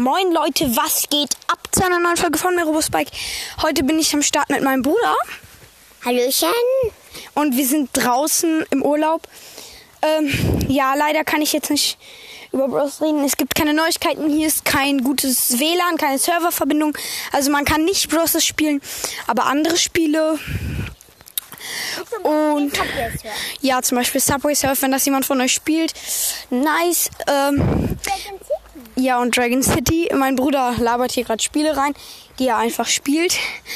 Moin Leute, was geht ab zu einer neuen Folge von mir, Robospike? Heute bin ich am Start mit meinem Bruder. Hallöchen. Und wir sind draußen im Urlaub. Ja, leider kann ich jetzt nicht über Bros reden. Es gibt keine Neuigkeiten. Hier ist kein gutes WLAN, keine Serververbindung. Also man kann nicht Bros spielen, aber andere Spiele. Und ja, zum Beispiel Subway Surf, wenn das jemand von euch spielt. Nice. Ja, und Dragon City. Mein Bruder labert hier gerade Spiele rein, die er einfach spielt.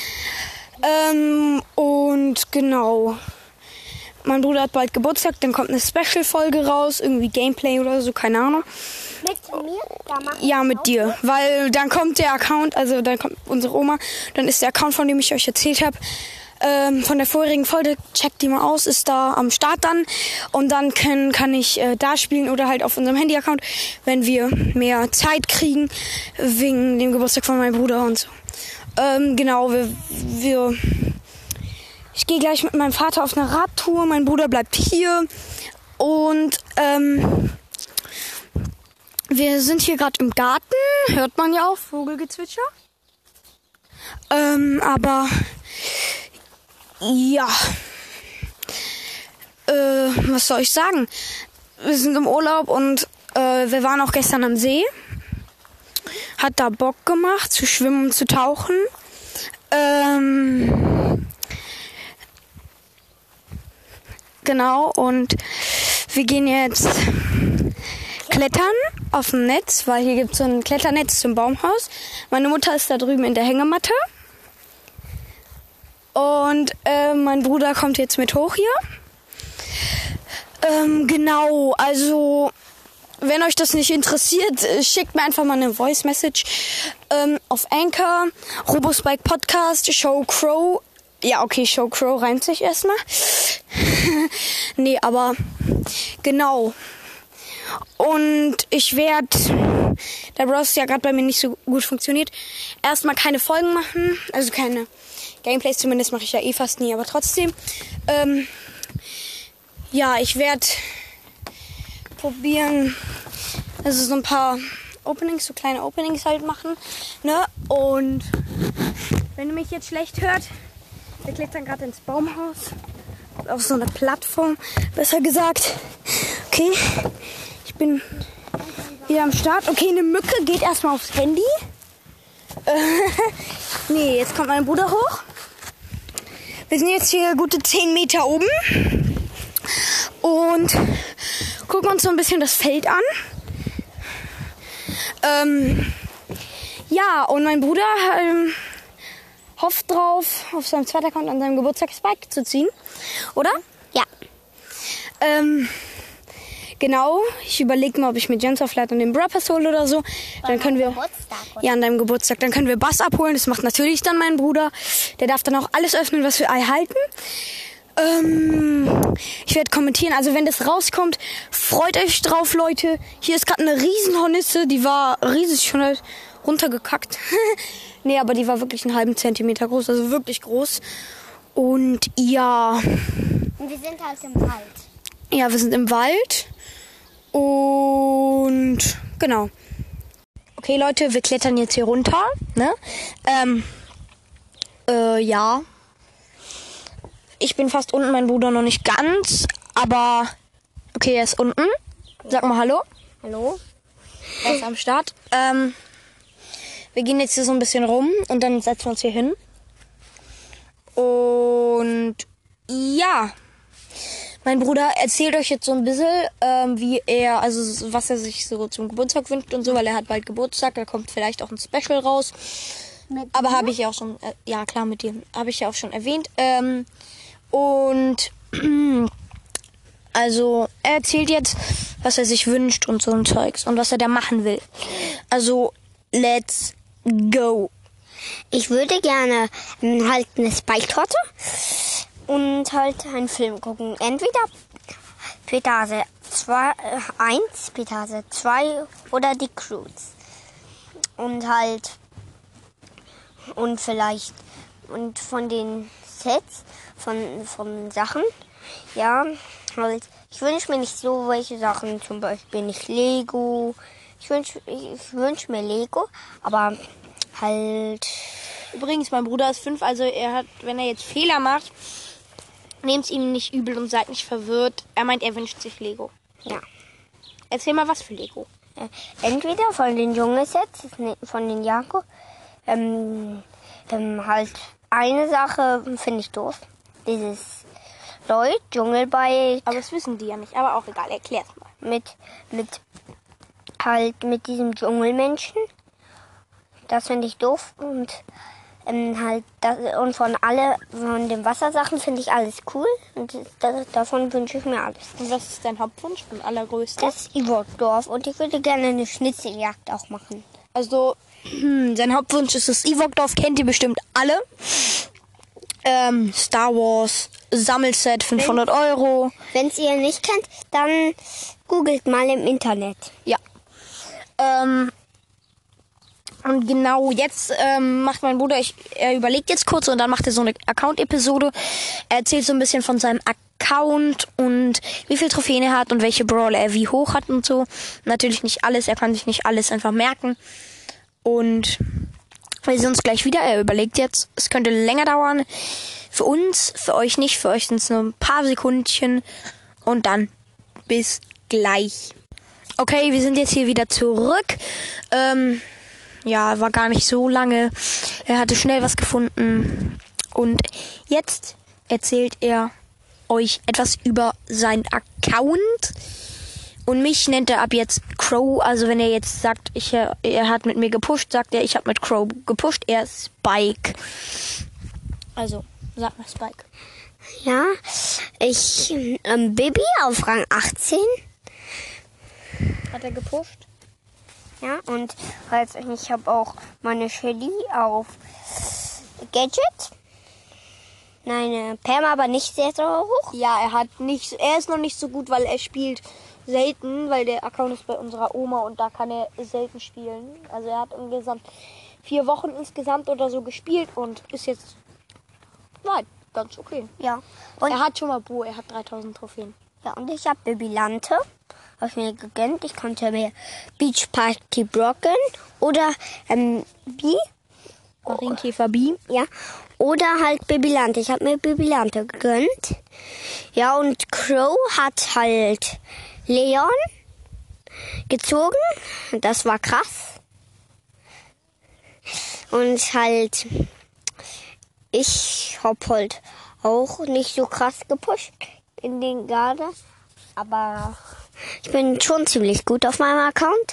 Und genau. Mein Bruder hat bald Geburtstag, dann kommt eine Special-Folge raus, irgendwie Gameplay oder so, keine Ahnung. Mit mir? Ja, mit dir, weil dann kommt der Account, also dann kommt unsere Oma, dann ist der Account, von dem ich euch erzählt habe, von der vorherigen Folge, checkt die mal aus, ist da am Start dann und dann kann ich da spielen oder halt auf unserem Handy-Account, wenn wir mehr Zeit kriegen, wegen dem Geburtstag von meinem Bruder und so. Genau, ich gehe gleich mit meinem Vater auf eine Radtour, mein Bruder bleibt hier und wir sind hier gerade im Garten, hört man ja auch, Vogelgezwitscher. Aber ja, was soll ich sagen? Wir sind im Urlaub und wir waren auch gestern am See. Hat da Bock gemacht, zu schwimmen und zu tauchen. Genau, und wir gehen jetzt klettern auf dem Netz, weil hier gibt es so ein Kletternetz zum Baumhaus. Meine Mutter ist da drüben in der Hängematte. Und mein Bruder kommt jetzt mit hoch hier. Genau, also wenn euch das nicht interessiert, schickt mir einfach mal eine Voice Message auf Anchor, Robospike Podcast, Show Crow. Ja, okay, Show Crow reimt sich erstmal. Nee, aber genau. Und ich werde, der Browser ja gerade bei mir nicht so gut funktioniert, erstmal keine Folgen machen, also keine Gameplays, zumindest mache ich ja eh fast nie, aber trotzdem. Ja, ich werde probieren, also so ein paar Openings, so kleine Openings halt machen, ne? Und wenn ihr mich jetzt schlecht hört, wir klettern gerade ins Baumhaus, auf so eine Plattform, besser gesagt. Okay, ich bin wieder am Start. Okay, eine Mücke geht erstmal aufs Handy. Nee, jetzt kommt mein Bruder hoch. Wir sind jetzt hier gute 10 Meter oben und gucken uns so ein bisschen das Feld an. Ja, und mein Bruder hofft drauf, auf seinem zweiten Account an seinem Geburtstag Spike zu ziehen, oder? Ja. Genau, ich überlege mal, ob ich mit Jens vielleicht und den Brappers hole oder so. Dann können wir ja an deinem Geburtstag, dann können wir Bass abholen. Das macht natürlich dann mein Bruder. Der darf dann auch alles öffnen, was wir erhalten. Ich werde kommentieren. Also wenn das rauskommt, freut euch drauf, Leute. Hier ist gerade eine Riesenhornisse, die war riesig, schon halt runtergekackt. Nee, aber die war wirklich einen halben Zentimeter groß, also wirklich groß. Und ja. Und wir sind halt im Wald. Ja, wir sind im Wald. Und genau. Okay, Leute, wir klettern jetzt hier runter, ne? Ja. Ich bin fast unten, mein Bruder noch nicht ganz, aber okay, er ist unten. Sag mal Hallo. Hallo? Er ist am Start. Wir gehen jetzt hier so ein bisschen rum und dann setzen wir uns hier hin. Und ja. Mein Bruder erzählt euch jetzt so ein bisschen, wie er, also was er sich so zum Geburtstag wünscht und so, weil er hat bald Geburtstag, da kommt vielleicht auch ein Special raus. Aber habe ich ja auch schon, ja klar mit dir, habe ich ja auch schon erwähnt. Und also er erzählt jetzt, was er sich wünscht und so ein Zeugs und was er da machen will. Also let's go. Ich würde gerne halt eine Spike-Torte und halt einen Film gucken. Entweder Petase 1, Petase 2 oder die Cruise. Und halt, und vielleicht, und von den Sets, von Sachen, ja, halt, ich wünsche mir nicht so welche Sachen, zum Beispiel nicht Lego, Ich wünsch mir Lego, aber halt... Übrigens, mein Bruder ist 5, also wenn er jetzt Fehler macht, nehmt es ihm nicht übel und seid nicht verwirrt. Er meint, er wünscht sich Lego. Ja. Erzähl mal was für Lego. Entweder von den Dschungelsets, von den Jako. Halt eine Sache finde ich doof. Dieses Lloyd, Dschungelbike. Aber das wissen die ja nicht. Aber auch egal, erklär's mal. Mit diesem Dschungelmenschen. Das finde ich doof. Und von den Wassersachen finde ich alles cool. Und davon wünsche ich mir alles. Und was ist dein Hauptwunsch und allergrößter? Das Ewok-Dorf. Und ich würde gerne eine Schnitzeljagd auch machen. Also, sein Hauptwunsch ist das Ewok-Dorf. Kennt ihr bestimmt alle. Star Wars Sammelset, 500 €. Wenn es ihr nicht kennt, dann googelt mal im Internet. Ja. Und genau jetzt macht mein Bruder, er überlegt jetzt kurz und dann macht er so eine Account-Episode. Er erzählt so ein bisschen von seinem Account und wie viel Trophäen er hat und welche Brawler er wie hoch hat und so. Natürlich nicht alles, er kann sich nicht alles einfach merken. Und wir sehen uns gleich wieder. Er überlegt jetzt, es könnte länger dauern. Für uns, für euch nicht. Für euch sind es nur ein paar Sekundchen. Und dann bis gleich. Okay, wir sind jetzt hier wieder zurück. Ja, war gar nicht so lange. Er hatte schnell was gefunden. Und jetzt erzählt er euch etwas über seinen Account. Und mich nennt er ab jetzt Crow. Also wenn er jetzt sagt, er hat mit mir gepusht, sagt er, ich habe mit Crow gepusht. Er ist Spike. Also, sag mal Spike. Ja, Bibi auf Rang 18. Hat er gepusht? Ja, und ich habe auch meine Shelly auf Gadget. Nein, Pam aber nicht sehr so hoch. Ja, er ist noch nicht so gut, weil er spielt selten, weil der Account ist bei unserer Oma und da kann er selten spielen. Also er hat insgesamt 4 Wochen insgesamt oder so gespielt und ist jetzt ganz okay. Ja. Und er hat schon mal er hat 3000 Trophäen. Ja, und ich habe Bibi Lante. Habe ich mir gegönnt. Ich konnte mir Beach Party Brocken oder Marienkäfer B. Ja. Oder halt Bibi Lante. Ich habe mir Bibi Lante gegönnt. Ja, und Crow hat halt Leon gezogen. Das war krass. Und halt, ich habe halt auch nicht so krass gepusht in den Garde. Aber ich bin schon ziemlich gut auf meinem Account.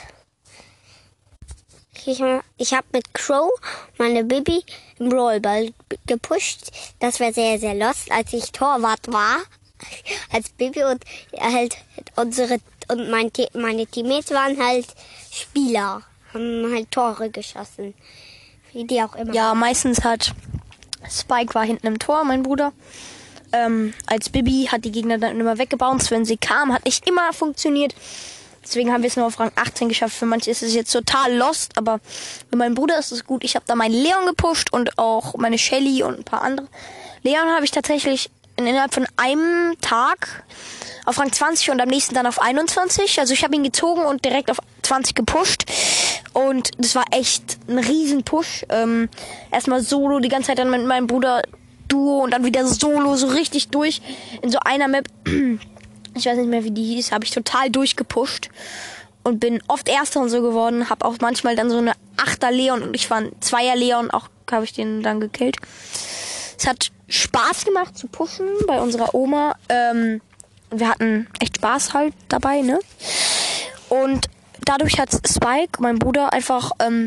Ich habe mit Crow meine Bibi im Brawlball gepusht. Das war sehr, sehr lost, als ich Torwart war. Als Bibi und halt meine Teammates waren halt Spieler. Haben halt Tore geschossen. Wie die auch immer. Ja, meistens Spike war hinten im Tor, mein Bruder. Als Bibi hat die Gegner dann immer weggebounced, wenn sie kam, hat nicht immer funktioniert. Deswegen haben wir es nur auf Rang 18 geschafft. Für manche ist es jetzt total lost, aber für meinen Bruder ist es gut. Ich habe da meinen Leon gepusht und auch meine Shelly und ein paar andere. Leon habe ich tatsächlich innerhalb von einem Tag auf Rang 20 und am nächsten dann auf 21. Also ich habe ihn gezogen und direkt auf 20 gepusht. Und das war echt ein riesen Push. Erstmal solo, die ganze Zeit dann mit meinem Bruder Duo und dann wieder solo, so richtig durch in so einer Map. Ich weiß nicht mehr, wie die hieß, habe ich total durchgepusht und bin oft Erster und so geworden. Habe auch manchmal dann so eine 8er Leon und ich war ein 2er Leon, auch habe ich den dann gekillt. Es hat Spaß gemacht zu pushen bei unserer Oma. Wir hatten echt Spaß halt dabei, ne? Und dadurch hat Spike, mein Bruder, einfach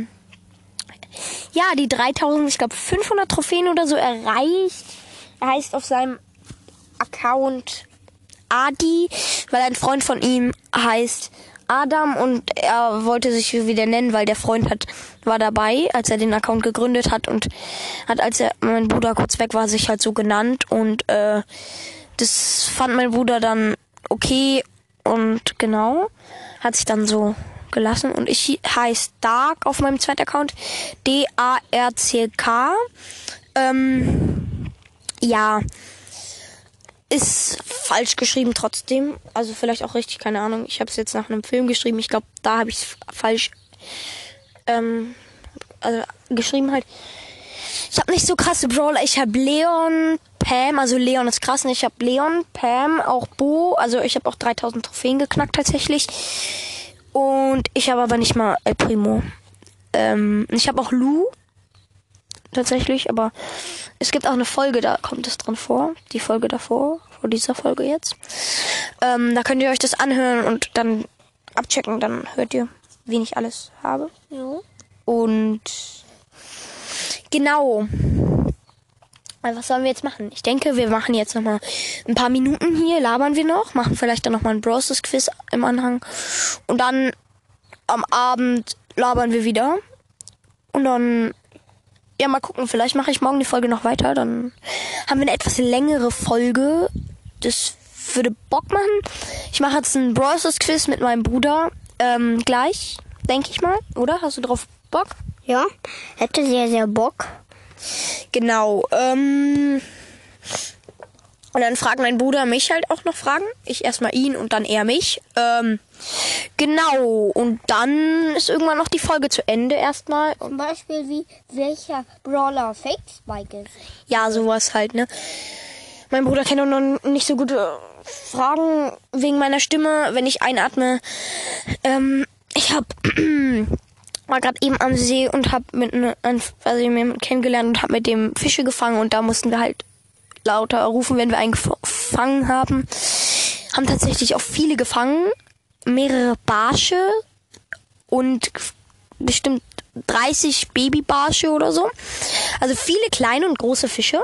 die 3000, ich glaube 500 Trophäen oder so erreicht. Er heißt auf seinem Account Adi, weil ein Freund von ihm heißt Adam und er wollte sich wieder nennen, weil der Freund war dabei, als er den Account gegründet hat und hat, als mein Bruder kurz weg war, sich halt so genannt und das fand mein Bruder dann okay und genau, hat sich dann so gelassen und ich heiße Dark auf meinem zweiten Account, DARCK. Ja, ist falsch geschrieben trotzdem. Also vielleicht auch richtig, keine Ahnung. Ich habe es jetzt nach einem Film geschrieben. Ich glaube, da habe ich es falsch also geschrieben halt. Ich habe nicht so krasse Brawler. Ich habe Leon, Pam, also Leon ist krass. Ich habe Leon, Pam, auch Bo. Also ich habe auch 3000 Trophäen geknackt tatsächlich. Und ich habe aber nicht mal El Primo. Ich habe auch Lu. Tatsächlich, aber es gibt auch eine Folge, da kommt es drin vor. Die Folge davor, vor dieser Folge jetzt. Da könnt ihr euch das anhören und dann abchecken. Dann hört ihr, wen ich alles habe. Ja. Und genau. Also was sollen wir jetzt machen? Ich denke, wir machen jetzt nochmal ein paar Minuten hier, labern wir noch, machen vielleicht dann nochmal ein Brawl Stars Quiz im Anhang. Und dann am Abend labern wir wieder. Und dann, ja, mal gucken, vielleicht mache ich morgen die Folge noch weiter. Dann haben wir eine etwas längere Folge. Das würde Bock machen. Ich mache jetzt ein Brawl Stars Quiz mit meinem Bruder gleich, denke ich mal. Oder? Hast du drauf Bock? Ja, hätte sehr, sehr Bock. Genau. Und dann fragt mein Bruder mich halt auch noch Fragen. Ich erstmal ihn und dann er mich. Genau. Und dann ist irgendwann noch die Folge zu Ende erstmal. Zum Beispiel wie welcher Brawler Fake Spike ist. Ja, sowas halt, ne? Mein Bruder kennt auch noch nicht so gute Fragen wegen meiner Stimme, wenn ich einatme. Ich war gerade eben am See und hab mit jemanden kennengelernt und hab mit dem Fische gefangen und da mussten wir halt lauter rufen, wenn wir einen gefangen haben. Haben tatsächlich auch viele gefangen, mehrere Barsche und bestimmt 30 Babybarsche oder so. Also viele kleine und große Fische.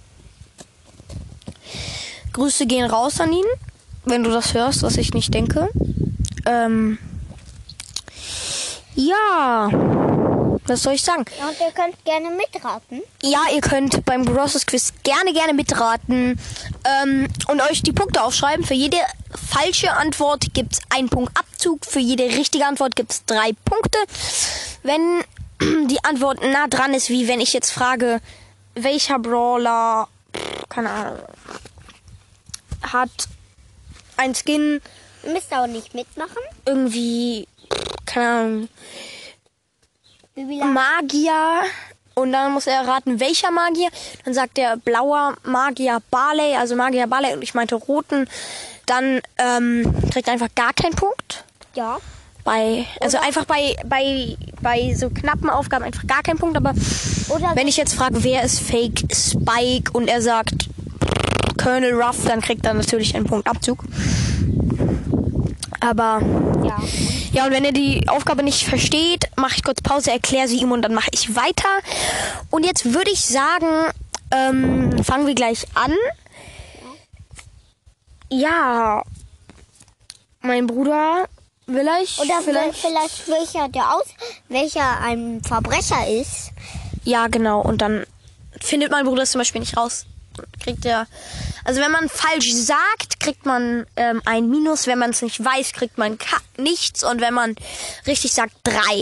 Grüße gehen raus an ihn, wenn du das hörst, was ich nicht denke. Ja, was soll ich sagen? Ja, und ihr könnt gerne mitraten. Ja, ihr könnt beim Brawl Stars Quiz gerne mitraten und euch die Punkte aufschreiben. Für jede falsche Antwort gibt's 1 Punkt Abzug. Für jede richtige Antwort gibt's 3 Punkte. Wenn die Antwort nah dran ist, wie wenn ich jetzt frage, welcher Brawler, keine Ahnung, hat ein Skin, Ihr müsst auch nicht mitmachen. irgendwie, keine Ahnung, Wie lange? Magier. Und dann muss er erraten, welcher Magier. Dann sagt der blauer Magier Barley, also Magier Barley, und ich meinte roten. Dann kriegt er einfach gar keinen Punkt. Ja. Einfach bei so knappen Aufgaben einfach gar keinen Punkt. Aber Oder wenn ich jetzt frage, wer ist Fake Spike und er sagt Colonel Ruff, dann kriegt er natürlich einen Punkt Abzug. Aber ja, und wenn er die Aufgabe nicht versteht, mache ich kurz Pause, erkläre sie ihm und dann mache ich weiter. Und jetzt würde ich sagen, fangen wir gleich an. Ja, mein Bruder vielleicht welcher ein Verbrecher ist. Ja, genau. Und dann findet mein Bruder es zum Beispiel nicht raus. Kriegt er, also wenn man falsch sagt, kriegt man ein Minus. Wenn man es nicht weiß, kriegt man nichts. Und wenn man richtig sagt, 3.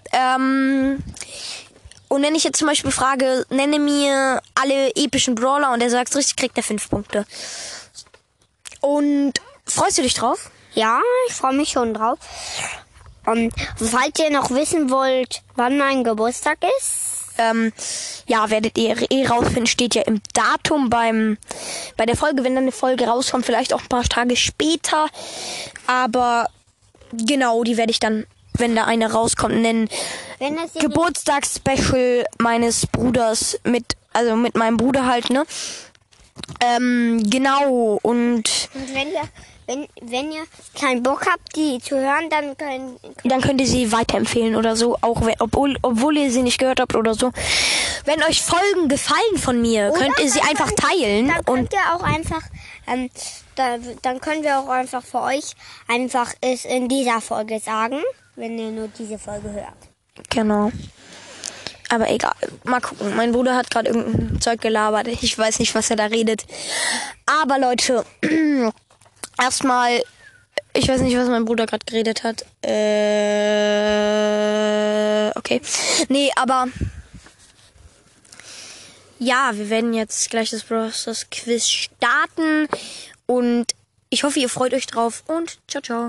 Und wenn ich jetzt zum Beispiel frage, nenne mir alle epischen Brawler und er sagt es richtig, kriegt er 5 Punkte. Und freust du dich drauf? Ja, ich freue mich schon drauf. Und falls ihr noch wissen wollt, wann mein Geburtstag ist. Ja, werdet ihr rausfinden, steht ja im Datum bei der Folge, wenn dann eine Folge rauskommt, vielleicht auch ein paar Tage später. Aber genau, die werde ich dann, wenn da eine rauskommt, nennen. Geburtstagsspecial meines Bruders mit meinem Bruder halt, ne? Genau, und wenn ihr keinen Bock habt, die zu hören, dann könnt ihr sie weiterempfehlen oder so, auch obwohl ihr sie nicht gehört habt oder so. Wenn euch Folgen gefallen von mir, könnt ihr sie einfach teilen. Dann könnt ihr auch einfach, dann können wir auch einfach für euch einfach es in dieser Folge sagen, wenn ihr nur diese Folge hört. Genau. Aber egal, mal gucken. Mein Bruder hat gerade irgendein Zeug gelabert. Ich weiß nicht, was er da redet. Aber Leute, erstmal, ich weiß nicht, was mein Bruder gerade geredet hat. Okay. Nee, aber ja, wir werden jetzt gleich das Brawl Stars Quiz starten. Und ich hoffe, ihr freut euch drauf. Und ciao, ciao.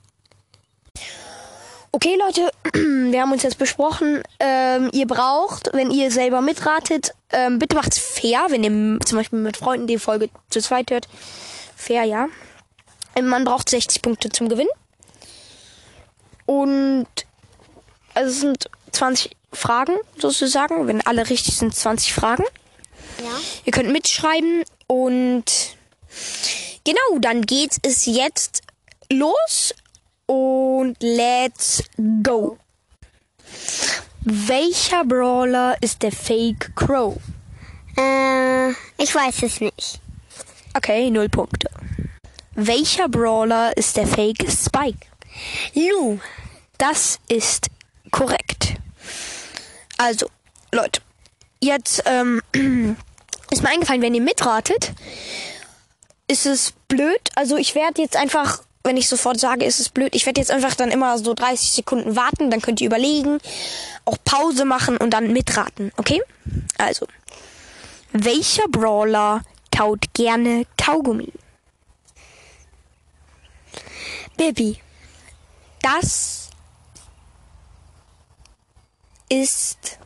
Okay, Leute, wir haben uns jetzt besprochen. Ihr braucht, wenn ihr selber mitratet, bitte macht's fair, wenn ihr zum Beispiel mit Freunden die Folge zu zweit hört. Fair, ja. Man braucht 60 Punkte zum Gewinn. Und also es sind 20 Fragen, sozusagen. Wenn alle richtig sind, 20 Fragen. Ja. Ihr könnt mitschreiben und genau, dann geht es jetzt los und let's go. Welcher Brawler ist der Fake Crow? Ich weiß es nicht. Okay, 0 Punkte. Welcher Brawler ist der Fake Spike? Lu. Das ist korrekt. Also, Leute, jetzt ist mir eingefallen, wenn ihr mitratet, ist es blöd. Also ich werde jetzt einfach, wenn ich sofort sage, ist es blöd, ich werde jetzt einfach dann immer so 30 Sekunden warten, dann könnt ihr überlegen, auch Pause machen und dann mitraten, okay? Also, welcher Brawler kaut gerne Kaugummi? Bibi. Das ist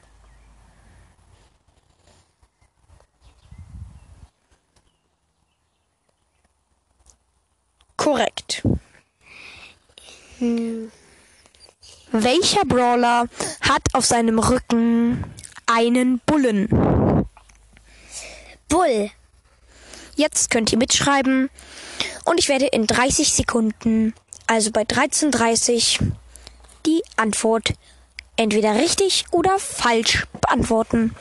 korrekt. Welcher Brawler hat auf seinem Rücken einen Bullen? Bull. Jetzt könnt ihr mitschreiben und ich werde in 30 Sekunden, also bei 13:30, die Antwort entweder richtig oder falsch beantworten.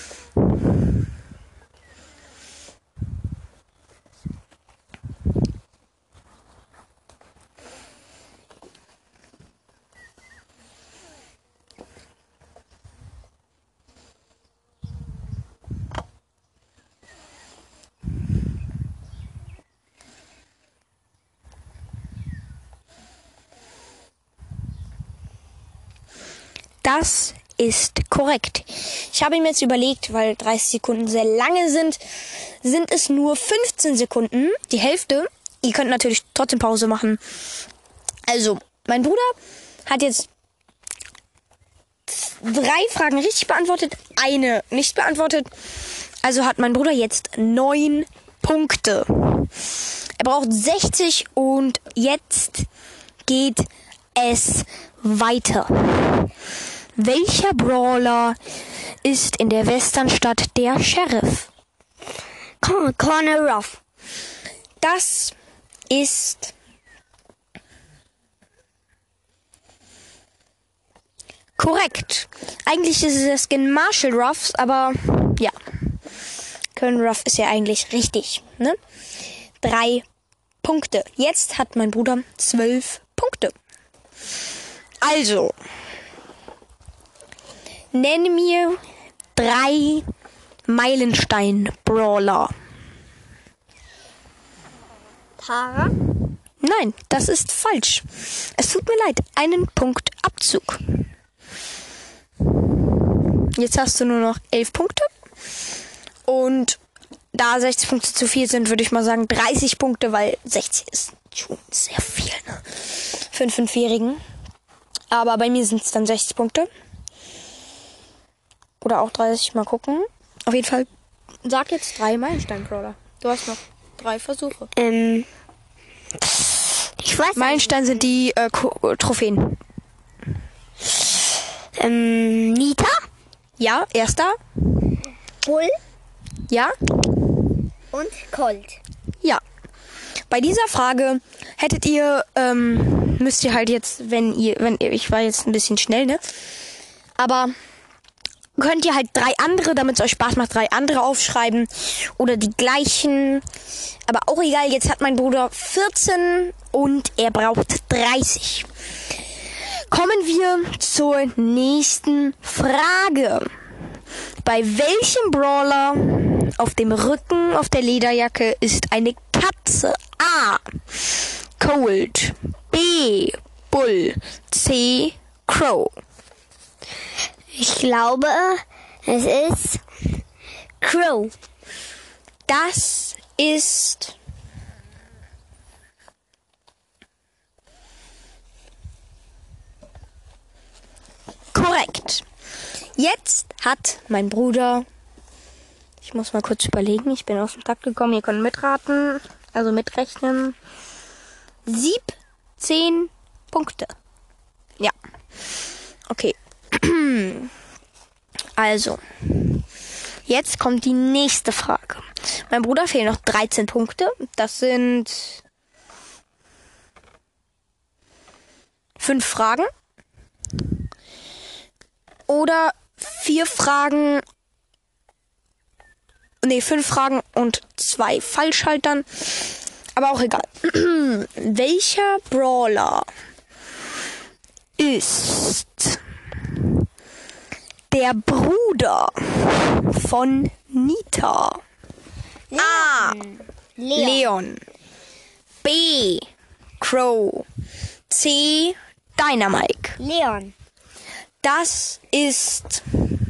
Das ist korrekt. Ich habe mir jetzt überlegt, weil 30 Sekunden sehr lange sind es nur 15 Sekunden, die Hälfte. Ihr könnt natürlich trotzdem Pause machen. Also, mein Bruder hat jetzt 3 Fragen richtig beantwortet, eine nicht beantwortet. Also hat mein Bruder jetzt 9 Punkte. Er braucht 60 und jetzt geht es weiter. Welcher Brawler ist in der Westernstadt der Sheriff? Corner Ruff. Das ist korrekt. Eigentlich ist es der Skin Marshall Ruffs, aber ja. Colonel Ruff ist ja eigentlich richtig, ne? 3 Punkte. Jetzt hat mein Bruder 12 Punkte. Also, nenne mir 3 Meilenstein-Brawler. Tara. Nein, das ist falsch. Es tut mir leid. Einen Punkt Abzug. Jetzt hast du nur noch 11 Punkte. Und da 60 Punkte zu viel sind, würde ich mal sagen 30 Punkte, weil 60 ist schon sehr viel, ne? Für einen 5-Jährigen. Aber bei mir sind es dann 60 Punkte. Oder auch 30, mal gucken. Auf jeden Fall, sag jetzt 3 Meilenstein-Brawler. Du hast noch 3 Versuche. Ich weiß Meilenstein sind die Trophäen. Nita. Ja, erster. Bull. Ja. Und Colt. Ja. Bei dieser Frage hättet ihr, müsst ihr halt jetzt, ich war jetzt ein bisschen schnell, ne? Aber könnt ihr halt 3 andere, damit es euch Spaß macht, 3 andere aufschreiben. Oder die gleichen. Aber auch egal, jetzt hat mein Bruder 14 und er braucht 30. Kommen wir zur nächsten Frage. Bei welchem Brawler auf dem Rücken auf der Lederjacke ist eine Katze? A. Colt. B. Bull. C. Crow. Ich glaube, es ist Crow. Das ist korrekt. Jetzt hat mein Bruder, ich muss mal kurz überlegen, ich bin aus dem Takt gekommen, ihr könnt mitraten, also mitrechnen, 17 Punkte. Ja, okay. Also, jetzt kommt die nächste Frage. Mein Bruder fehlen noch 13 Punkte. Das sind 5 Fragen. Oder 5 Fragen und 2 Falschhaltern. Aber auch egal. Welcher Brawler ist der Bruder von Nita? A. Leon. B. Crow. C. Dynamike. Leon. Das ist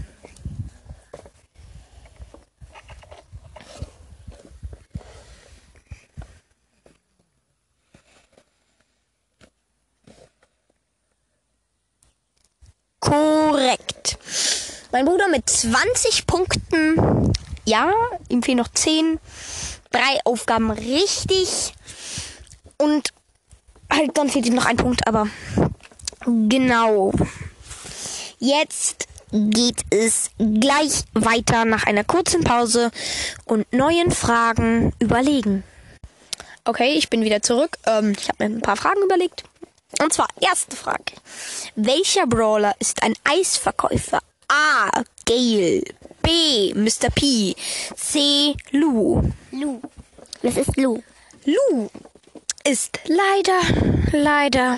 korrekt. Mein Bruder mit 20 Punkten. Ja, ihm fehlen noch 10. 3 Aufgaben richtig. Und halt, dann fehlt ihm noch ein Punkt, aber genau. Jetzt geht es gleich weiter nach einer kurzen Pause und neuen Fragen überlegen. Okay, ich bin wieder zurück. Ich habe mir ein paar Fragen überlegt. Und zwar, erste Frage. Welcher Brawler ist ein Eisverkäufer? A. Gale. B. Mr. P. C. Lu. Lu. Das ist Lu. Lu ist leider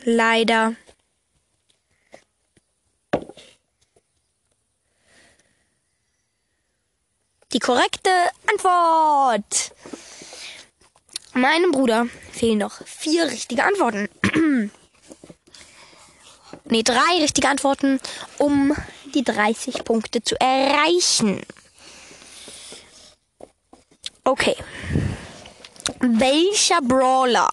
die korrekte Antwort. Meinem Bruder fehlen noch 4 richtige Antworten. 3 richtige Antworten, um die 30 Punkte zu erreichen. Okay. Welcher Brawler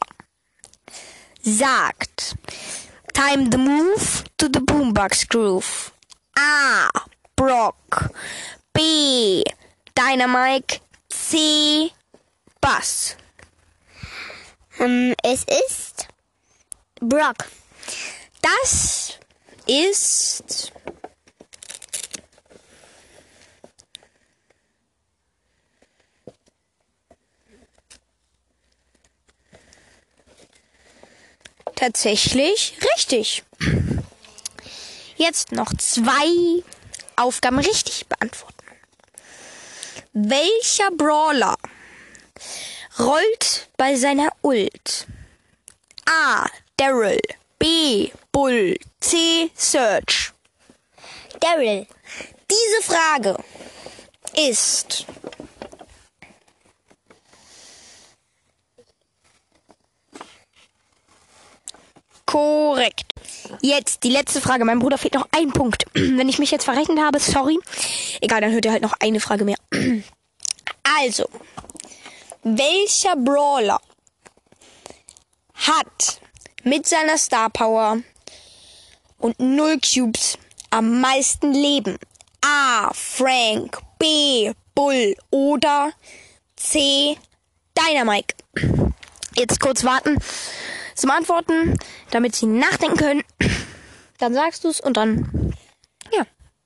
sagt Time the move to the boombox groove? A. Brock. B. Dynamike. C. Buzz. Es ist Brock. Das ist tatsächlich richtig. Jetzt noch 2 Aufgaben richtig beantworten. Welcher Brawler rollt bei seiner Ult? A. Daryl. B. Bull. C. Search. Daryl. Diese Frage ist korrekt. Jetzt die letzte Frage. Meinem Bruder fehlt noch ein Punkt. Wenn ich mich jetzt verrechnet habe, sorry. Egal, dann hört ihr halt noch eine Frage mehr. Also, welcher Brawler hat mit seiner Star Power und 0 Cubes am meisten Leben? A. Frank. B. Bull. Oder C. Dynamike. Jetzt kurz warten zum Antworten, damit Sie nachdenken können. Dann sagst du es und dann, ja.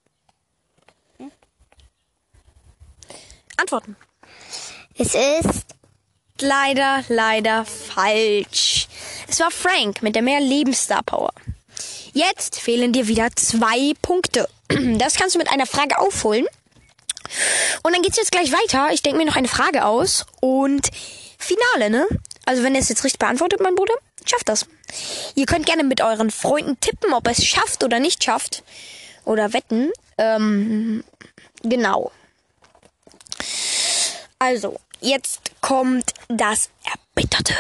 Antworten. Es ist Leider falsch. Es war Frank mit der mehr Lebensstar Power. Jetzt fehlen dir wieder 2 Punkte. Das kannst du mit einer Frage aufholen. Und dann geht's jetzt gleich weiter. Ich denke mir noch eine Frage aus. Und Finale, ne? Also wenn ihr es jetzt richtig beantwortet, mein Bruder, schafft das. Ihr könnt gerne mit euren Freunden tippen, ob es schafft oder nicht schafft. Oder wetten. Genau. Also, jetzt kommt das erbitterte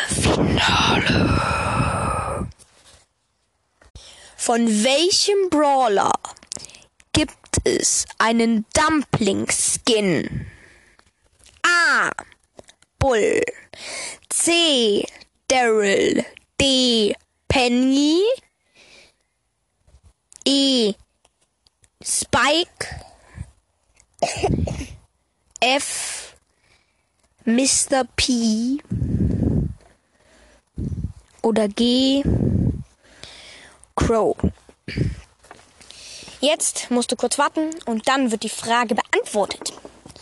Finale. Von welchem Brawler gibt hat es einen Dumpling-Skin? A. Bull. C. Daryl. D. Penny. E. Spike. F. Mr. P. Oder G. Crow. Jetzt musst du kurz warten und dann wird die Frage beantwortet.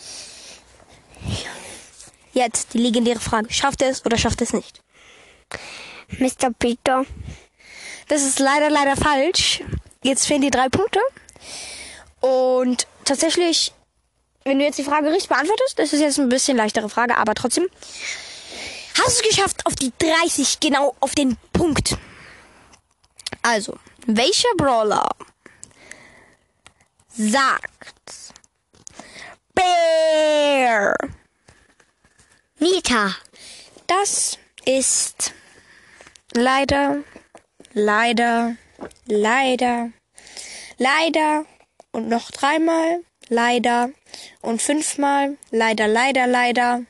Jetzt die legendäre Frage. Schafft er es oder schafft er es nicht? Mr. Peter. Das ist leider falsch. Jetzt fehlen dir 3 Punkte. Und tatsächlich, wenn du jetzt die Frage richtig beantwortest, das ist jetzt ein bisschen leichtere Frage, aber trotzdem, hast du es geschafft auf die 30, genau auf den Punkt. Also, welcher Brawler sagt Bear? Nita. Das ist leider und noch 3-mal leider und 5-mal leider.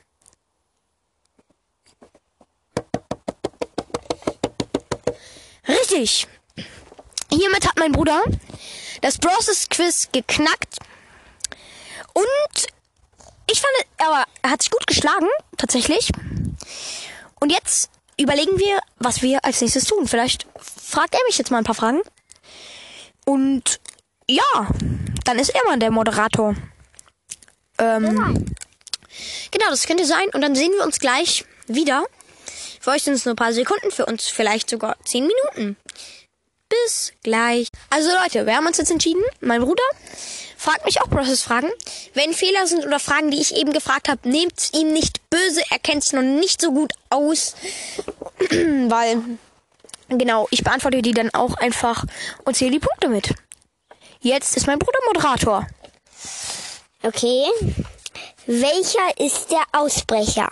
Richtig. Hiermit hat mein Bruder das Bros. Quiz geknackt. Und ich fand, aber er hat sich gut geschlagen, tatsächlich. Und jetzt überlegen wir, was wir als nächstes tun. Vielleicht fragt er mich jetzt mal ein paar Fragen. Und ja, dann ist er mal der Moderator. Genau, das könnte sein. Und dann sehen wir uns gleich wieder. Für euch sind es nur ein paar Sekunden, für uns vielleicht sogar 10 Minuten. Bis gleich. Also Leute, wir haben uns jetzt entschieden. Mein Bruder fragt mich auch Process-Fragen. Wenn Fehler sind oder Fragen, die ich eben gefragt habe, nehmt ihm nicht böse. Er kennt sich noch nicht so gut aus. Weil, genau, ich beantworte die dann auch einfach und zähle die Punkte mit. Jetzt ist mein Bruder Moderator. Okay. Welcher ist der Ausbrecher?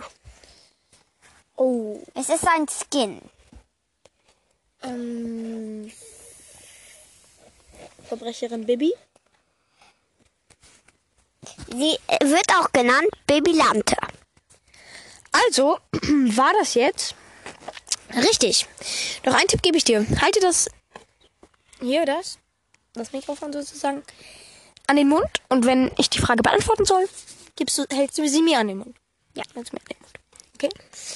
Oh. Es ist ein Skin. Verbrecherin Bibi. Sie wird auch genannt Babylante. Also, war das jetzt richtig. Noch einen Tipp gebe ich dir. Halte das Mikrofon sozusagen an den Mund. Und wenn ich die Frage beantworten soll, hältst du sie mir an den Mund. Ja, hältst du mir an den Mund. Okay?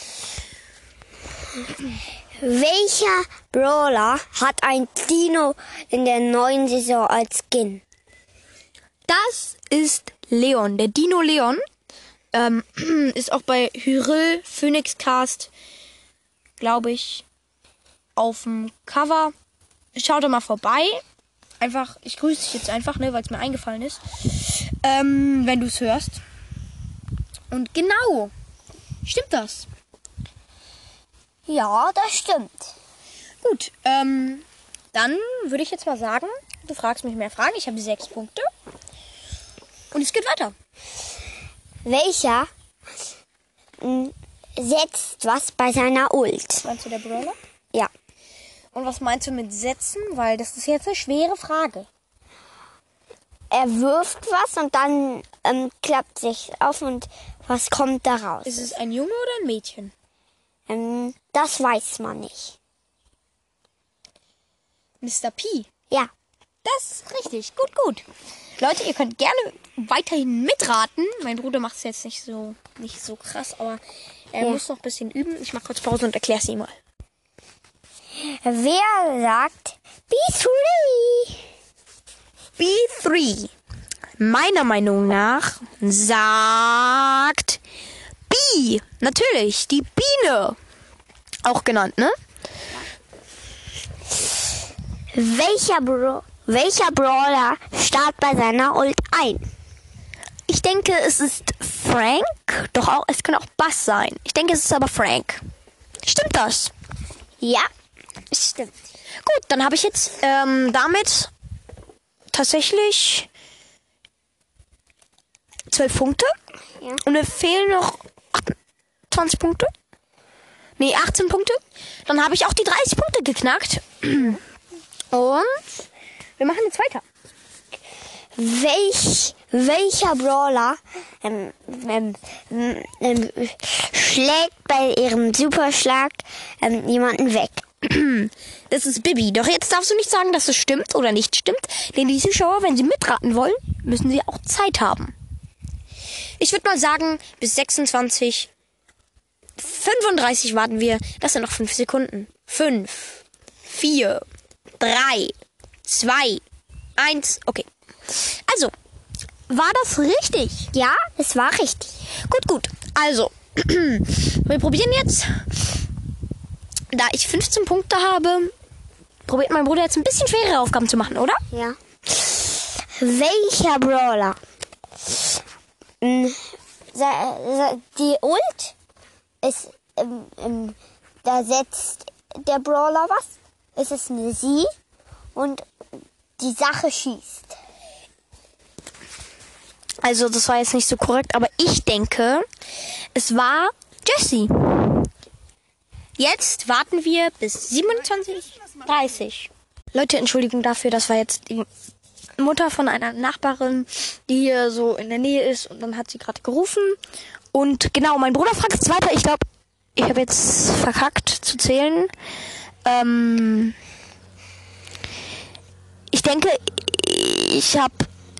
Welcher Brawler hat ein Dino in der neuen Saison als Skin? Das ist Leon. Der Dino Leon ist auch bei Hyrule Phoenix Cast, glaube ich, auf dem Cover. Schaut da mal vorbei. Einfach, ich grüße dich jetzt einfach, ne, weil es mir eingefallen ist. Wenn du es hörst. Und genau, stimmt das? Ja, das stimmt. Gut, dann würde ich jetzt mal sagen, du fragst mich mehr Fragen. Ich habe 6 Punkte. Und es geht weiter. Welcher setzt was bei seiner Ult? Meinst du der Brawler? Ja. Und was meinst du mit setzen? Weil das ist jetzt eine schwere Frage. Er wirft was und dann klappt sich auf und was kommt da raus? Ist es ein Junge oder ein Mädchen? Das weiß man nicht. Mr. P. Ja. Das ist richtig. Gut. Leute, ihr könnt gerne weiterhin mitraten. Mein Bruder macht es jetzt nicht so krass, aber er muss noch ein bisschen üben. Ich mache kurz Pause und erkläre es ihm mal. Wer sagt B3? B3. Meiner Meinung nach sagt B. Natürlich, die Biene. Auch genannt, ne? Welcher Brawler starrt bei seiner Ult ein? Ich denke, es ist Frank. Doch auch, es kann auch Bass sein. Ich denke, es ist aber Frank. Stimmt das? Ja, stimmt. Gut, dann habe ich jetzt damit tatsächlich 12 Punkte. Ja. Und mir fehlen noch 28 Punkte. Nee, 18 Punkte. Dann habe ich auch die 30 Punkte geknackt. Und wir machen jetzt weiter. welcher Brawler schlägt bei ihrem Superschlag jemanden weg? Das ist Bibi. Doch jetzt darfst du nicht sagen, dass es stimmt oder nicht stimmt. Denn die Zuschauer, wenn sie mitraten wollen, müssen sie auch Zeit haben. Ich würde mal sagen, bis 26:35 warten wir. Das sind noch 5 Sekunden. 5, 4, 3, 2, 1. Okay. Also, war das richtig? Ja, es war richtig. Gut. Also, wir probieren jetzt. Da ich 15 Punkte habe, probiert mein Bruder jetzt ein bisschen schwerere Aufgaben zu machen, oder? Ja. Welcher Brawler? Die Ult ist, da setzt der Brawler was. Es ist eine Sie und die Sache schießt. Also das war jetzt nicht so korrekt, aber ich denke, es war Jessie. Jetzt warten wir bis 27:30. Leute, Entschuldigung dafür, das war jetzt die Mutter von einer Nachbarin, die hier so in der Nähe ist und dann hat sie gerade gerufen. Und genau, mein Bruder fragt jetzt weiter. Ich glaube, ich habe jetzt verkackt zu zählen. Ich denke, ich habe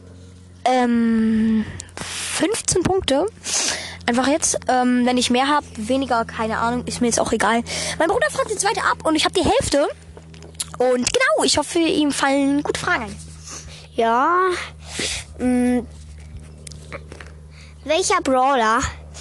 15 Punkte. Einfach jetzt, wenn ich mehr habe, weniger, keine Ahnung, ist mir jetzt auch egal. Mein Bruder fragt jetzt weiter ab und ich habe die Hälfte. Und genau, ich hoffe, ihm fallen gute Fragen ein. Ja. Welcher Brawler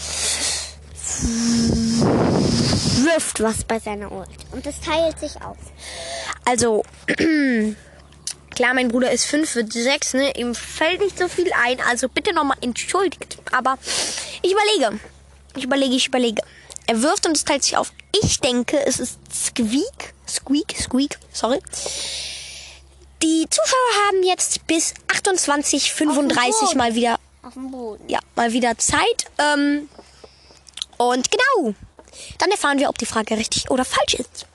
wirft was bei seiner Ult? Und das teilt sich auf. Also, klar, mein Bruder ist 5, wird 6, ne? Ihm fällt nicht so viel ein, also bitte nochmal entschuldigt. Aber ich überlege. Er wirft und es teilt sich auf. Ich denke, es ist Squeak, sorry. Die Zuschauer haben jetzt bis 28:35 mal wieder auf dem Boden. Ja, mal wieder Zeit. Und genau, dann erfahren wir, ob die Frage richtig oder falsch ist.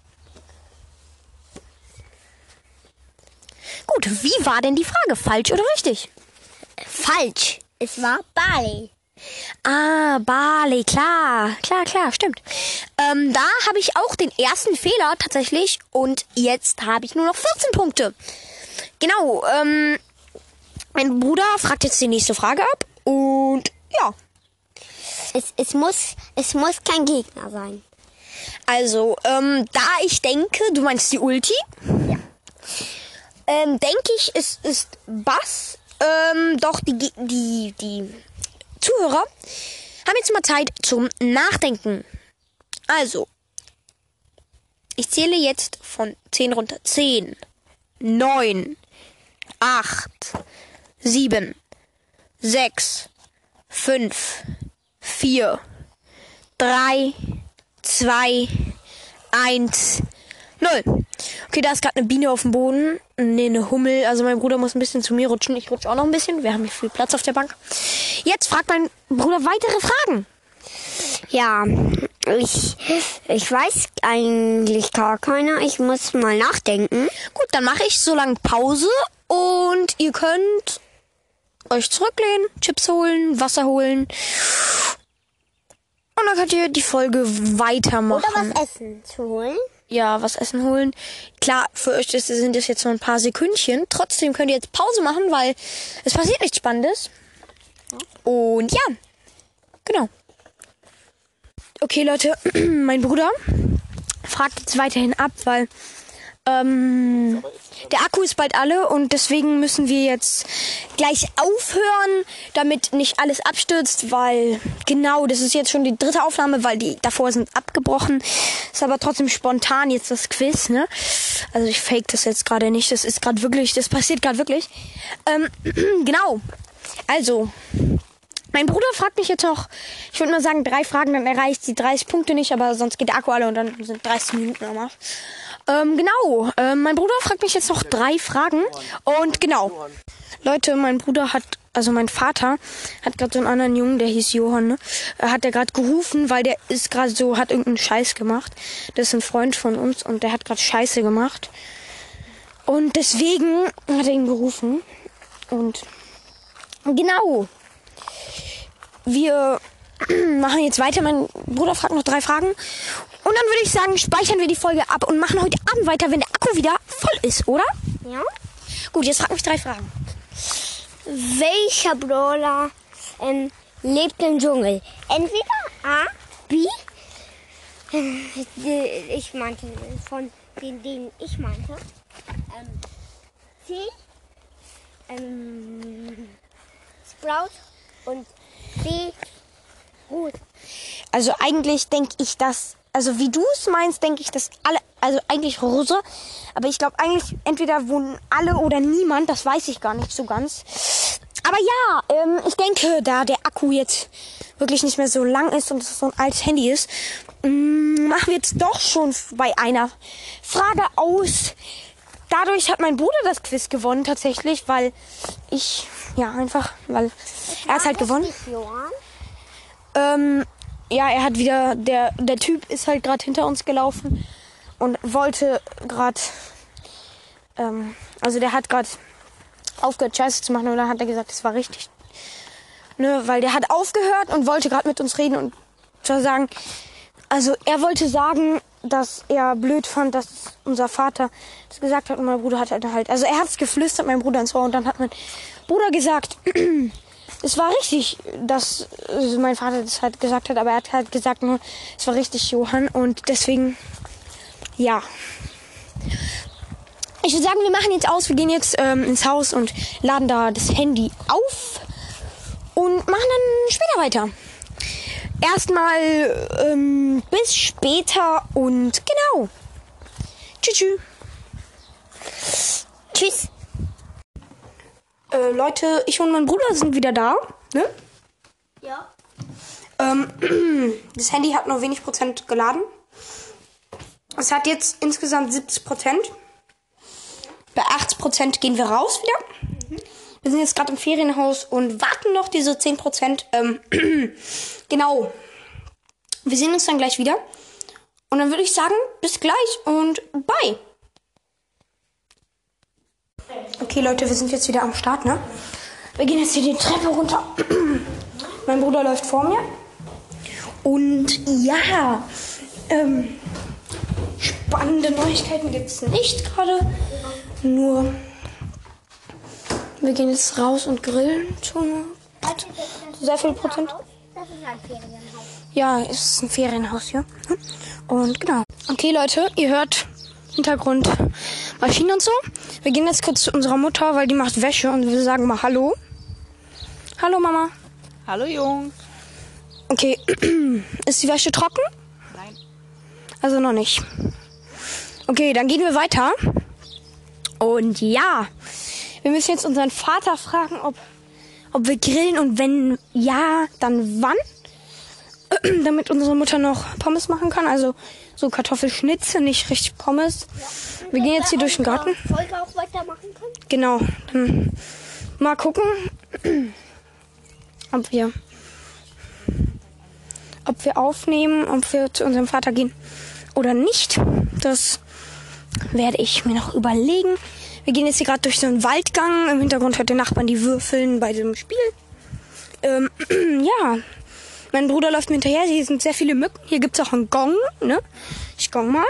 Gut, wie war denn die Frage? Falsch oder richtig? Falsch. Es war Barley. Ah, Barley, klar, stimmt. Da habe ich auch den ersten Fehler tatsächlich und jetzt habe ich nur noch 14 Punkte. Genau, mein Bruder fragt jetzt die nächste Frage ab und ja. Es muss kein Gegner sein. Also, da ich denke, du meinst die Ulti? Ja. Denke ich, es ist Bass. Doch die Zuhörer haben jetzt mal Zeit zum Nachdenken. Also, ich zähle jetzt von 10 runter. 10, 9, 8, 7, 6, 5, 4, 3, 2, 1, 0. Okay, da ist gerade eine Biene auf dem Boden. Ne, eine Hummel. Also mein Bruder muss ein bisschen zu mir rutschen. Ich rutsche auch noch ein bisschen. Wir haben hier viel Platz auf der Bank. Jetzt fragt mein Bruder weitere Fragen. Ja, ich weiß eigentlich gar keine. Ich muss mal nachdenken. Gut, dann mache ich so lange Pause und ihr könnt euch zurücklehnen, Chips holen, Wasser holen. Und dann könnt ihr die Folge weitermachen. Oder was essen zu holen. Ja, was essen holen. Klar, für euch sind das jetzt nur ein paar Sekündchen. Trotzdem könnt ihr jetzt Pause machen, weil es passiert nichts Spannendes. Und ja, genau. Okay, Leute, mein Bruder fragt jetzt weiterhin ab, weil der Akku ist bald alle und deswegen müssen wir jetzt gleich aufhören, damit nicht alles abstürzt, weil genau, das ist jetzt schon die 3. Aufnahme, weil die davor sind abgebrochen. Ist aber trotzdem spontan jetzt das Quiz, ne? Also ich fake das jetzt gerade nicht, das ist gerade wirklich, das passiert gerade wirklich. Genau, also mein Bruder fragt mich jetzt noch, ich würde mal sagen 3 Fragen, dann erreicht sie 30 Punkte nicht, aber sonst geht der Akku alle und dann sind 30 Minuten nochmal. Genau, mein Bruder fragt mich jetzt noch 3 Fragen und genau. Leute, mein Vater hat gerade so einen anderen Jungen, der hieß Johann, ne? Hat der gerade gerufen, weil der ist gerade so, hat irgendeinen Scheiß gemacht. Das ist ein Freund von uns und der hat gerade Scheiße gemacht. Und deswegen hat er ihn gerufen. Und genau. Wir machen jetzt weiter. Mein Bruder fragt noch 3 Fragen. Und dann würde ich sagen, speichern wir die Folge ab und machen heute Abend weiter, wenn der Akku wieder voll ist, oder? Ja. Gut, jetzt frag mich 3 Fragen. Welcher Brawler lebt im Dschungel? Entweder A, B, ich meinte von denen ich meinte, C, Sprout und D, Rot. Also eigentlich denke ich, dass, also wie du es meinst, denke ich, dass alle, also eigentlich Rosa, aber ich glaube eigentlich entweder wohnen alle oder niemand, das weiß ich gar nicht so ganz. Aber ja, ich denke, da der Akku jetzt wirklich nicht mehr so lang ist und es so ein altes Handy ist, machen wir jetzt doch schon bei einer Frage aus. Dadurch hat mein Bruder das Quiz gewonnen tatsächlich, weil ich, ja einfach, weil er hat halt gewonnen. Ja, er hat wieder, der Typ ist halt gerade hinter uns gelaufen und wollte gerade, also der hat gerade aufgehört, Scheiße zu machen und dann hat er gesagt, das war richtig. Ne, weil der hat aufgehört und wollte gerade mit uns reden und zwar sagen, also er wollte sagen, dass er blöd fand, dass unser Vater das gesagt hat und mein Bruder hat halt, also er hat es geflüstert, mein Bruder ins Ohr und dann hat mein Bruder gesagt, es war richtig, dass mein Vater das halt gesagt hat, aber er hat halt gesagt nur, es war richtig, Johann, und deswegen, ja. Ich würde sagen, wir machen jetzt aus, wir gehen jetzt ins Haus und laden da das Handy auf und machen dann später weiter. Erstmal bis später und genau. Tschüss. Tschüss. Leute, ich und mein Bruder sind wieder da, ne? Ja. Das Handy hat nur wenig Prozent geladen. Es hat jetzt insgesamt 70%. Bei 80% gehen wir raus wieder. Wir sind jetzt gerade im Ferienhaus und warten noch diese 10%. Genau. Wir sehen uns dann gleich wieder. Und dann würde ich sagen, bis gleich und bye. Okay, Leute, wir sind jetzt wieder am Start, ne? Wir gehen jetzt hier die Treppe runter. Mein Bruder läuft vor mir. Und ja, spannende Neuigkeiten gibt es nicht gerade. Nur, wir gehen jetzt raus und grillen zu sehr viel Prozent. Das ist ein Ferienhaus. Ja, es ist ein Ferienhaus hier. Und genau. Okay, Leute, ihr hört Hintergrund Maschinen und so. Wir gehen jetzt kurz zu unserer Mutter, weil die macht Wäsche und wir sagen mal Hallo. Hallo, Mama. Hallo Jungs. Okay, ist die Wäsche trocken? Nein. Also noch nicht. Okay, dann gehen wir weiter. Und ja, wir müssen jetzt unseren Vater fragen, ob wir grillen und wenn ja, dann wann? Damit unsere Mutter noch Pommes machen kann. Also so Kartoffelschnitze, nicht richtig Pommes. Wir gehen jetzt hier durch den Garten. Folge auch weitermachen können? Genau. Dann mal gucken, ob wir aufnehmen, ob wir zu unserem Vater gehen oder nicht. Das werde ich mir noch überlegen. Wir gehen jetzt hier gerade durch so einen Waldgang. Im Hintergrund hört der Nachbarn die würfeln bei dem Spiel. Ja, mein Bruder läuft mir hinterher. Hier sind sehr viele Mücken. Hier gibt es auch einen Gong. Ne? Ich gong mal.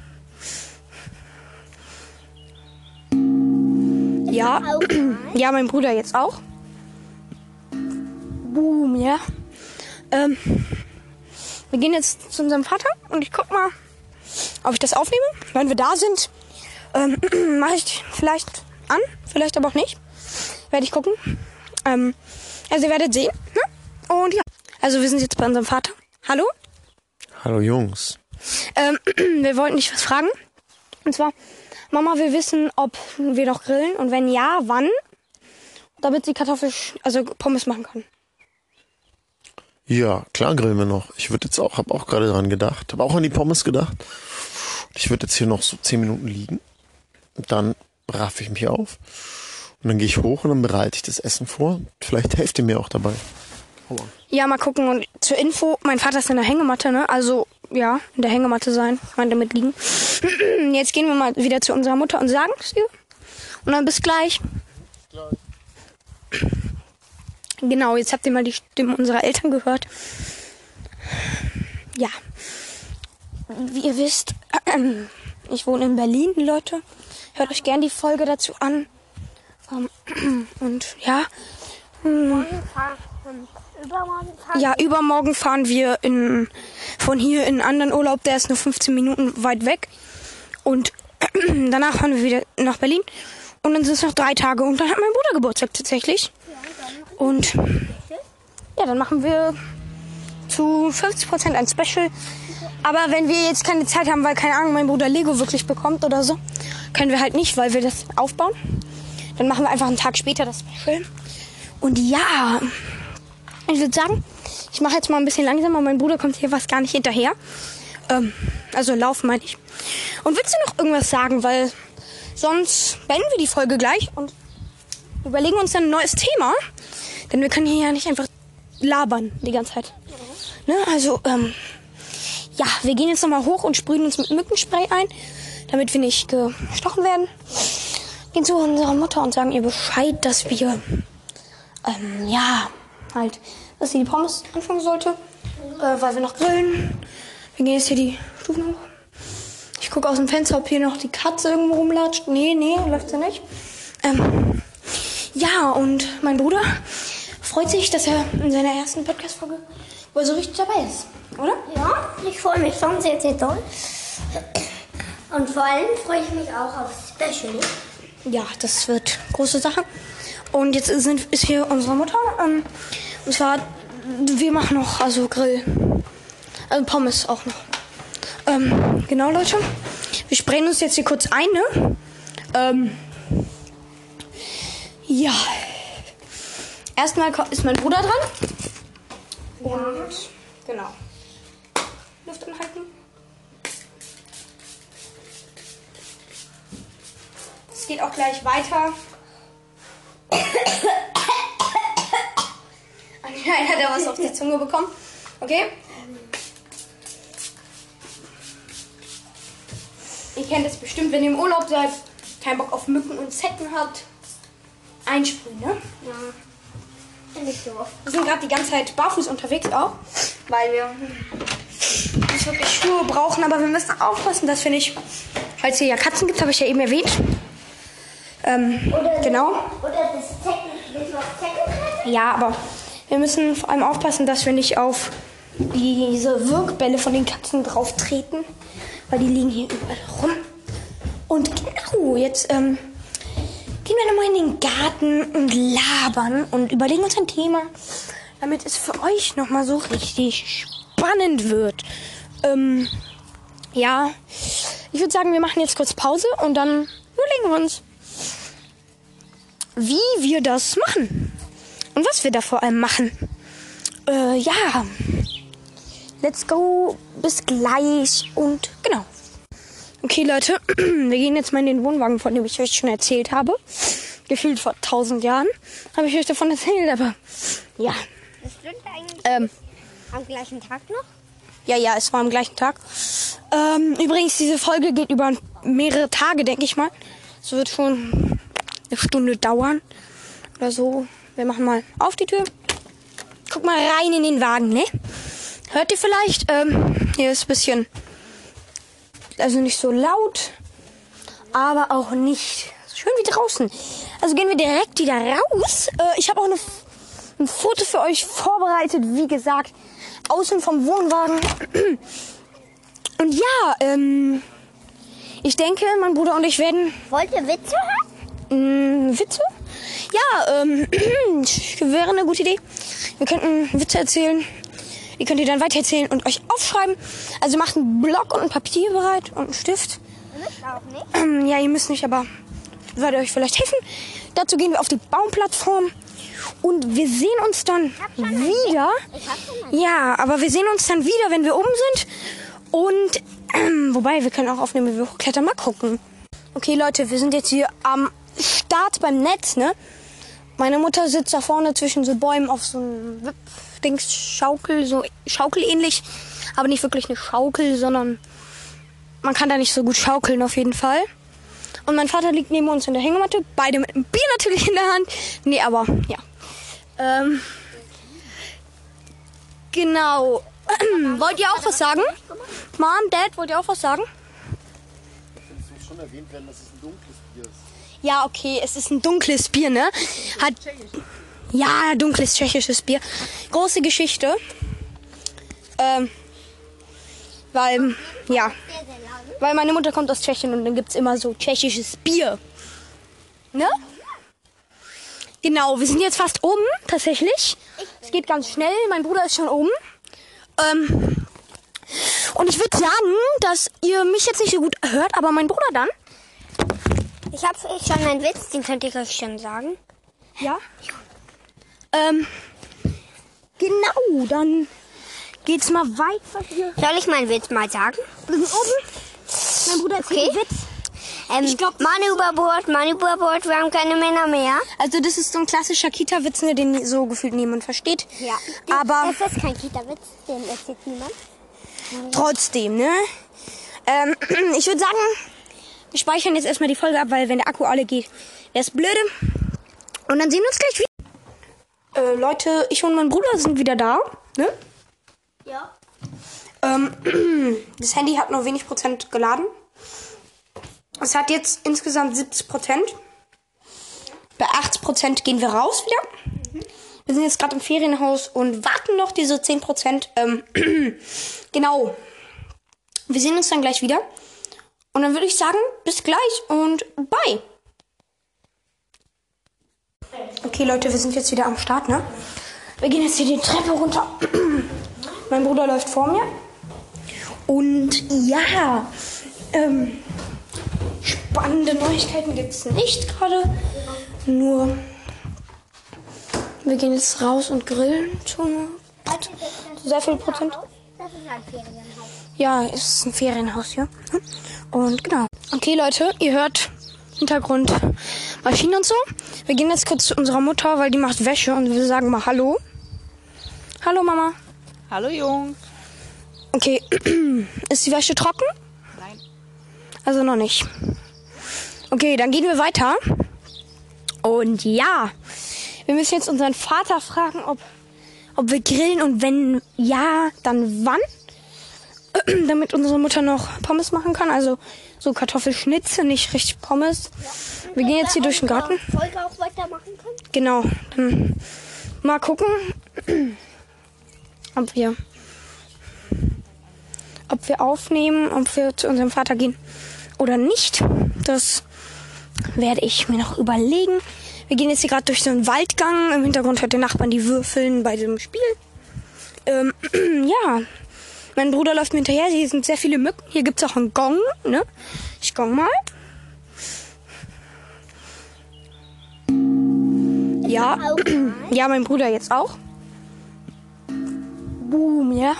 Ja, ja, mein Bruder jetzt auch. Boom, ja. Wir gehen jetzt zu unserem Vater und ich guck mal, ob ich das aufnehme. Wenn wir da sind, mache ich vielleicht an, vielleicht aber auch nicht. Werde ich gucken. Also ihr werdet sehen. Ne? Und ja, also wir sind jetzt bei unserem Vater. Hallo? Hallo Jungs. Wir wollten dich was fragen. Und zwar, Mama will wissen, ob wir noch grillen und wenn ja, wann? Damit sie also Pommes machen kann. Ja, klar grillen wir noch. Ich würde jetzt auch, habe auch gerade dran gedacht. Habe auch an die Pommes gedacht. Ich würde jetzt hier noch so 10 Minuten liegen. Und dann raffe ich mich auf. Und dann gehe ich hoch und dann bereite ich das Essen vor. Vielleicht helft ihr mir auch dabei. Ja, mal gucken. Und zur Info, mein Vater ist in der Hängematte, ne? Also, ja, in der Hängematte sein. Ich meine, damit liegen. Jetzt gehen wir mal wieder zu unserer Mutter und sagen es ihr. Und dann bis gleich. Genau, jetzt habt ihr mal die Stimmen unserer Eltern gehört. Ja. Wie ihr wisst, ich wohne in Berlin, Leute. Hört euch gern die Folge dazu an. Und ja. Übermorgen fahren. Ja, übermorgen fahren wir von hier in einen anderen Urlaub. Der ist nur 15 Minuten weit weg. Und danach fahren wir wieder nach Berlin. Und dann sind es noch 3 Tage. Und dann hat mein Bruder Geburtstag tatsächlich. Und ja, dann machen wir zu 50% ein Special. Aber wenn wir jetzt keine Zeit haben, weil, keine Ahnung, mein Bruder Lego wirklich bekommt oder so, können wir halt nicht, weil wir das aufbauen. Dann machen wir einfach einen Tag später das Special. Und ja, ich würde sagen, ich mache jetzt mal ein bisschen langsamer. Mein Bruder kommt hier fast gar nicht hinterher. Also laufen meine ich. Und willst du noch irgendwas sagen? Weil sonst beenden wir die Folge gleich und überlegen uns dann ein neues Thema. Denn wir können hier ja nicht einfach labern die ganze Zeit. Ne? Also, ja, wir gehen jetzt nochmal hoch und sprühen uns mit Mückenspray ein, damit wir nicht gestochen werden. Gehen zu unserer Mutter und sagen ihr Bescheid, dass wir, ja, halt, dass sie die Pommes anfangen sollte, weil wir noch grillen. Wir gehen jetzt hier die Stufen hoch. Ich gucke aus dem Fenster, ob hier noch die Katze irgendwo rumlatscht. Nee, läuft sie nicht. Ja, und mein Bruder freut sich, dass er in seiner ersten Podcast-Folge wohl so richtig dabei ist, oder? Ja, ich freue mich schon sehr, sehr doll. Und vor allem freue ich mich auch auf Special. Ja, das wird große Sache. Und jetzt ist hier unsere Mutter. Und zwar, wir machen noch, also Grill. Also Pommes auch noch. Genau, Leute. Wir sprayen uns jetzt hier kurz ein, ne? Ja. Erstmal ist mein Bruder dran. Und genau. Luft anhalten. Es geht auch gleich weiter. Anscheinend hat er was auf die Zunge bekommen. Okay. Ihr kennt es bestimmt, wenn ihr im Urlaub seid, keinen Bock auf Mücken und Zecken habt. Einsprühen, ne? Ja. Nicht so. Wir sind gerade die ganze Zeit barfuß unterwegs auch, weil wir nicht wirklich Schuhe brauchen, aber wir müssen aufpassen, dass wir nicht, falls hier ja Katzen gibt, habe ich ja eben erwähnt. Genau. Oder das Zecken. Ja, aber wir müssen vor allem aufpassen, dass wir nicht auf diese Wirkbälle von den Katzen drauf treten, weil die liegen hier überall rum. Und genau, jetzt gehen wir nochmal in den Garten und labern und überlegen uns ein Thema, damit es für euch nochmal so richtig spannend wird. Ja, ich würde sagen, wir machen jetzt kurz Pause und dann überlegen wir uns, wie wir das machen und was wir da vor allem machen. Ja, let's go, bis gleich und genau. Okay, Leute, wir gehen jetzt mal in den Wohnwagen, von dem ich euch schon erzählt habe. Gefühlt vor 1000 Jahren habe ich euch davon erzählt, aber ja. Das stimmt eigentlich am gleichen Tag noch? Ja, es war am gleichen Tag. Übrigens, diese Folge geht über mehrere Tage, denke ich mal. Es wird schon eine Stunde dauern oder so. Wir machen mal auf die Tür. Guck mal rein in den Wagen, ne? Hört ihr vielleicht? Hier ist ein bisschen, also nicht so laut, aber auch nicht so schön wie draußen. Also gehen wir direkt wieder raus. Ich habe auch ein Foto für euch vorbereitet, wie gesagt, außen vom Wohnwagen. Und ja, ich denke, mein Bruder und ich werden... Wollt ihr Witze hören? Witze? Ja, wäre eine gute Idee. Wir könnten Witze erzählen. Die könnt ihr dann weitererzählen und euch aufschreiben. Also macht einen Block und ein Papier bereit und einen Stift. Ihr müsst auch nicht. Ja, ihr müsst nicht, aber werde euch vielleicht helfen. Dazu gehen wir auf die Baumplattform und wir sehen uns dann wieder. Ich hab schon mal. Ja, aber wir sehen uns dann wieder, wenn wir oben sind. Und, wobei, wir können auch aufnehmen, wenn wir hochklettern. Mal gucken. Okay, Leute, wir sind jetzt hier am Start beim Netz, ne? Meine Mutter sitzt da vorne zwischen so Bäumen auf so einem Wipp-Dings, Schaukel, so schaukelähnlich. Aber nicht wirklich eine Schaukel, sondern man kann da nicht so gut schaukeln auf jeden Fall. Und mein Vater liegt neben uns in der Hängematte, beide mit einem Bier natürlich in der Hand. Nee, aber ja. Genau. Wollt ihr auch was sagen? Mom, Dad, wollt ihr auch was sagen? Es muss schon erwähnt werden, dass es ein dunkles Bier ist. Ja, okay, es ist ein dunkles Bier, ne? Ja, dunkles tschechisches Bier. Große Geschichte. Weil meine Mutter kommt aus Tschechien und dann gibt's immer so tschechisches Bier. Ne? Genau, wir sind jetzt fast oben, tatsächlich. Es geht ganz schnell, mein Bruder ist schon oben. Und ich würde sagen, dass ihr mich jetzt nicht so gut hört, aber mein Bruder dann. Ich habe schon einen Witz, den könnte ich euch schon sagen. Ja? Genau, dann geht's mal weiter hier. Soll ich meinen Witz mal sagen? Wir sind oben. Mein Bruder erzählt einen Witz. Ich glaub, Mann über Bord, wir haben keine Männer mehr. Also das ist so ein klassischer Kita-Witz, ne, den so gefühlt niemand versteht. Ja. Aber Das ist kein Kita-Witz, den erzählt niemand. trotzdem, ne? Ich würde sagen, wir speichern jetzt erstmal die Folge ab, weil wenn der Akku alle geht, wäre es blöde. Und dann sehen wir uns gleich wieder. Leute, ich und mein Bruder sind wieder da, ne? Ja. Das Handy hat nur wenig Prozent geladen. Es hat jetzt insgesamt 70%. Bei 80% gehen wir raus wieder. Wir sind jetzt gerade im Ferienhaus und warten noch diese 10%. Genau. Wir sehen uns dann gleich wieder. Und dann würde ich sagen, bis gleich und bye. Okay, Leute, wir sind jetzt wieder am Start, ne? Wir gehen jetzt hier die Treppe runter. Mein Bruder läuft vor mir. Und ja, spannende Neuigkeiten gibt es nicht gerade. Nur, wir gehen jetzt raus und grillen. Schon sehr viel Prozent. Das ist ein Ferienhaus. Ja, es ist ein Ferienhaus hier. Und genau. Okay, Leute, ihr hört Hintergrund Maschinen und so. Wir gehen jetzt kurz zu unserer Mutter, weil die macht Wäsche und wir sagen mal Hallo. Hallo, Mama. Hallo Jungs. Okay, ist die Wäsche trocken? Nein. Also noch nicht. Okay, dann gehen wir weiter. Und ja, wir müssen jetzt unseren Vater fragen, ob wir grillen und wenn ja, dann wann? Damit unsere Mutter noch Pommes machen kann. Also so Kartoffelschnitze, nicht richtig Pommes. Wir gehen jetzt hier durch den Garten. Folge auch weitermachen können? Genau, dann mal gucken, ob wir aufnehmen, ob wir zu unserem Vater gehen oder nicht. Das werde ich mir noch überlegen. Wir gehen jetzt hier gerade durch so einen Waldgang. Im Hintergrund hört der Nachbarn die würfeln bei diesem Spiel. Ja, mein Bruder läuft mir hinterher. Hier sind sehr viele Mücken. Hier gibt es auch einen Gong. Ne? Ich gong mal. Ja, ja, mein Bruder jetzt auch. Boom, ja.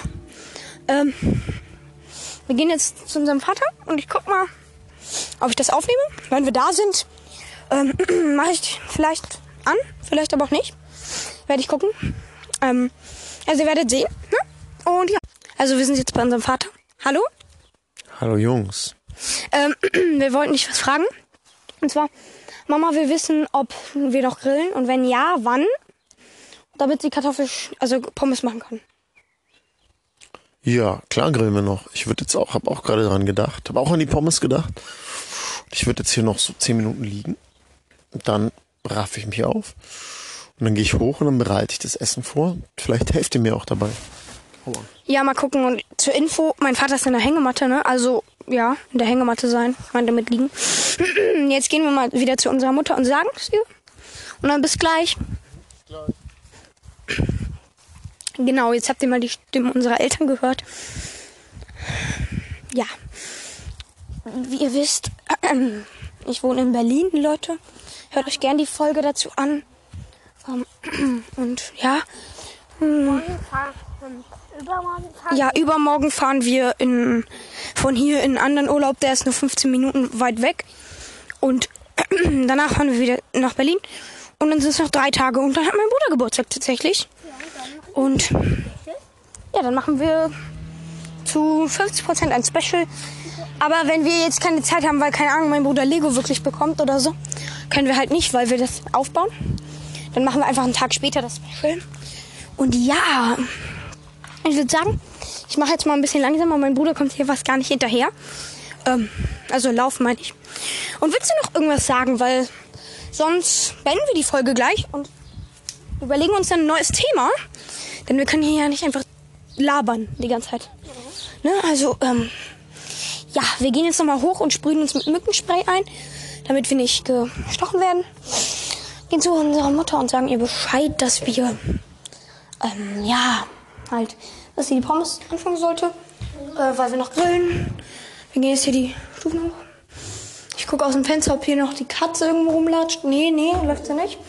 Wir gehen jetzt zu unserem Vater und ich guck mal, ob ich das aufnehme. Wenn wir da sind, mache ich vielleicht an, vielleicht aber auch nicht. Werde ich gucken. Also ihr werdet sehen. Ne? Und ja, also wir sind jetzt bei unserem Vater. Hallo? Hallo Jungs. Wir wollten dich was fragen. Und zwar, Mama will wissen, ob wir noch grillen und wenn ja, wann? Damit sie Pommes machen kann. Ja, klar grillen wir noch. Ich würde jetzt auch, habe auch gerade dran gedacht. Habe auch an die Pommes gedacht. Ich würde jetzt hier noch so 10 Minuten liegen. Und dann raffe ich mich auf. Und dann gehe ich hoch und dann bereite ich das Essen vor. Vielleicht helft ihr mir auch dabei. Ja, mal gucken. Und zur Info, mein Vater ist in der Hängematte, ne? Also, ja, in der Hängematte sein. Ich meine, damit liegen. Jetzt gehen wir mal wieder zu unserer Mutter und sagen es ihr. Und dann bis gleich. Genau, jetzt habt ihr mal die Stimmen unserer Eltern gehört. Ja. Wie ihr wisst, ich wohne in Berlin, Leute. Hört euch gern die Folge dazu an. Und ja. Übermorgen fahren wir von hier in einen anderen Urlaub. Der ist nur 15 Minuten weit weg. Und danach fahren wir wieder nach Berlin. Und dann sind es noch 3 Tage. Und dann hat mein Bruder Geburtstag tatsächlich. Und ja, dann machen wir zu 50% ein Special. Aber wenn wir jetzt keine Zeit haben, weil, keine Ahnung, mein Bruder Lego wirklich bekommt oder so, können wir halt nicht, weil wir das aufbauen. Dann machen wir einfach einen Tag später das Special. Und ja, ich würde sagen, ich mache jetzt mal ein bisschen langsamer. Mein Bruder kommt hier fast gar nicht hinterher. Also laufen meine ich. Und willst du noch irgendwas sagen? Weil sonst beenden wir die Folge gleich und überlegen uns dann ein neues Thema. Denn wir können hier ja nicht einfach labern die ganze Zeit. Ne? Also, ja, wir gehen jetzt nochmal hoch und sprühen uns mit Mückenspray ein, damit wir nicht gestochen werden. Gehen zu unserer Mutter und sagen ihr Bescheid, dass wir, ja, halt, dass sie die Pommes anfangen sollte, weil wir noch grillen. Wir gehen jetzt hier die Stufen hoch. Ich gucke aus dem Fenster, ob hier noch die Katze irgendwo rumlatscht. Nee, läuft sie nicht.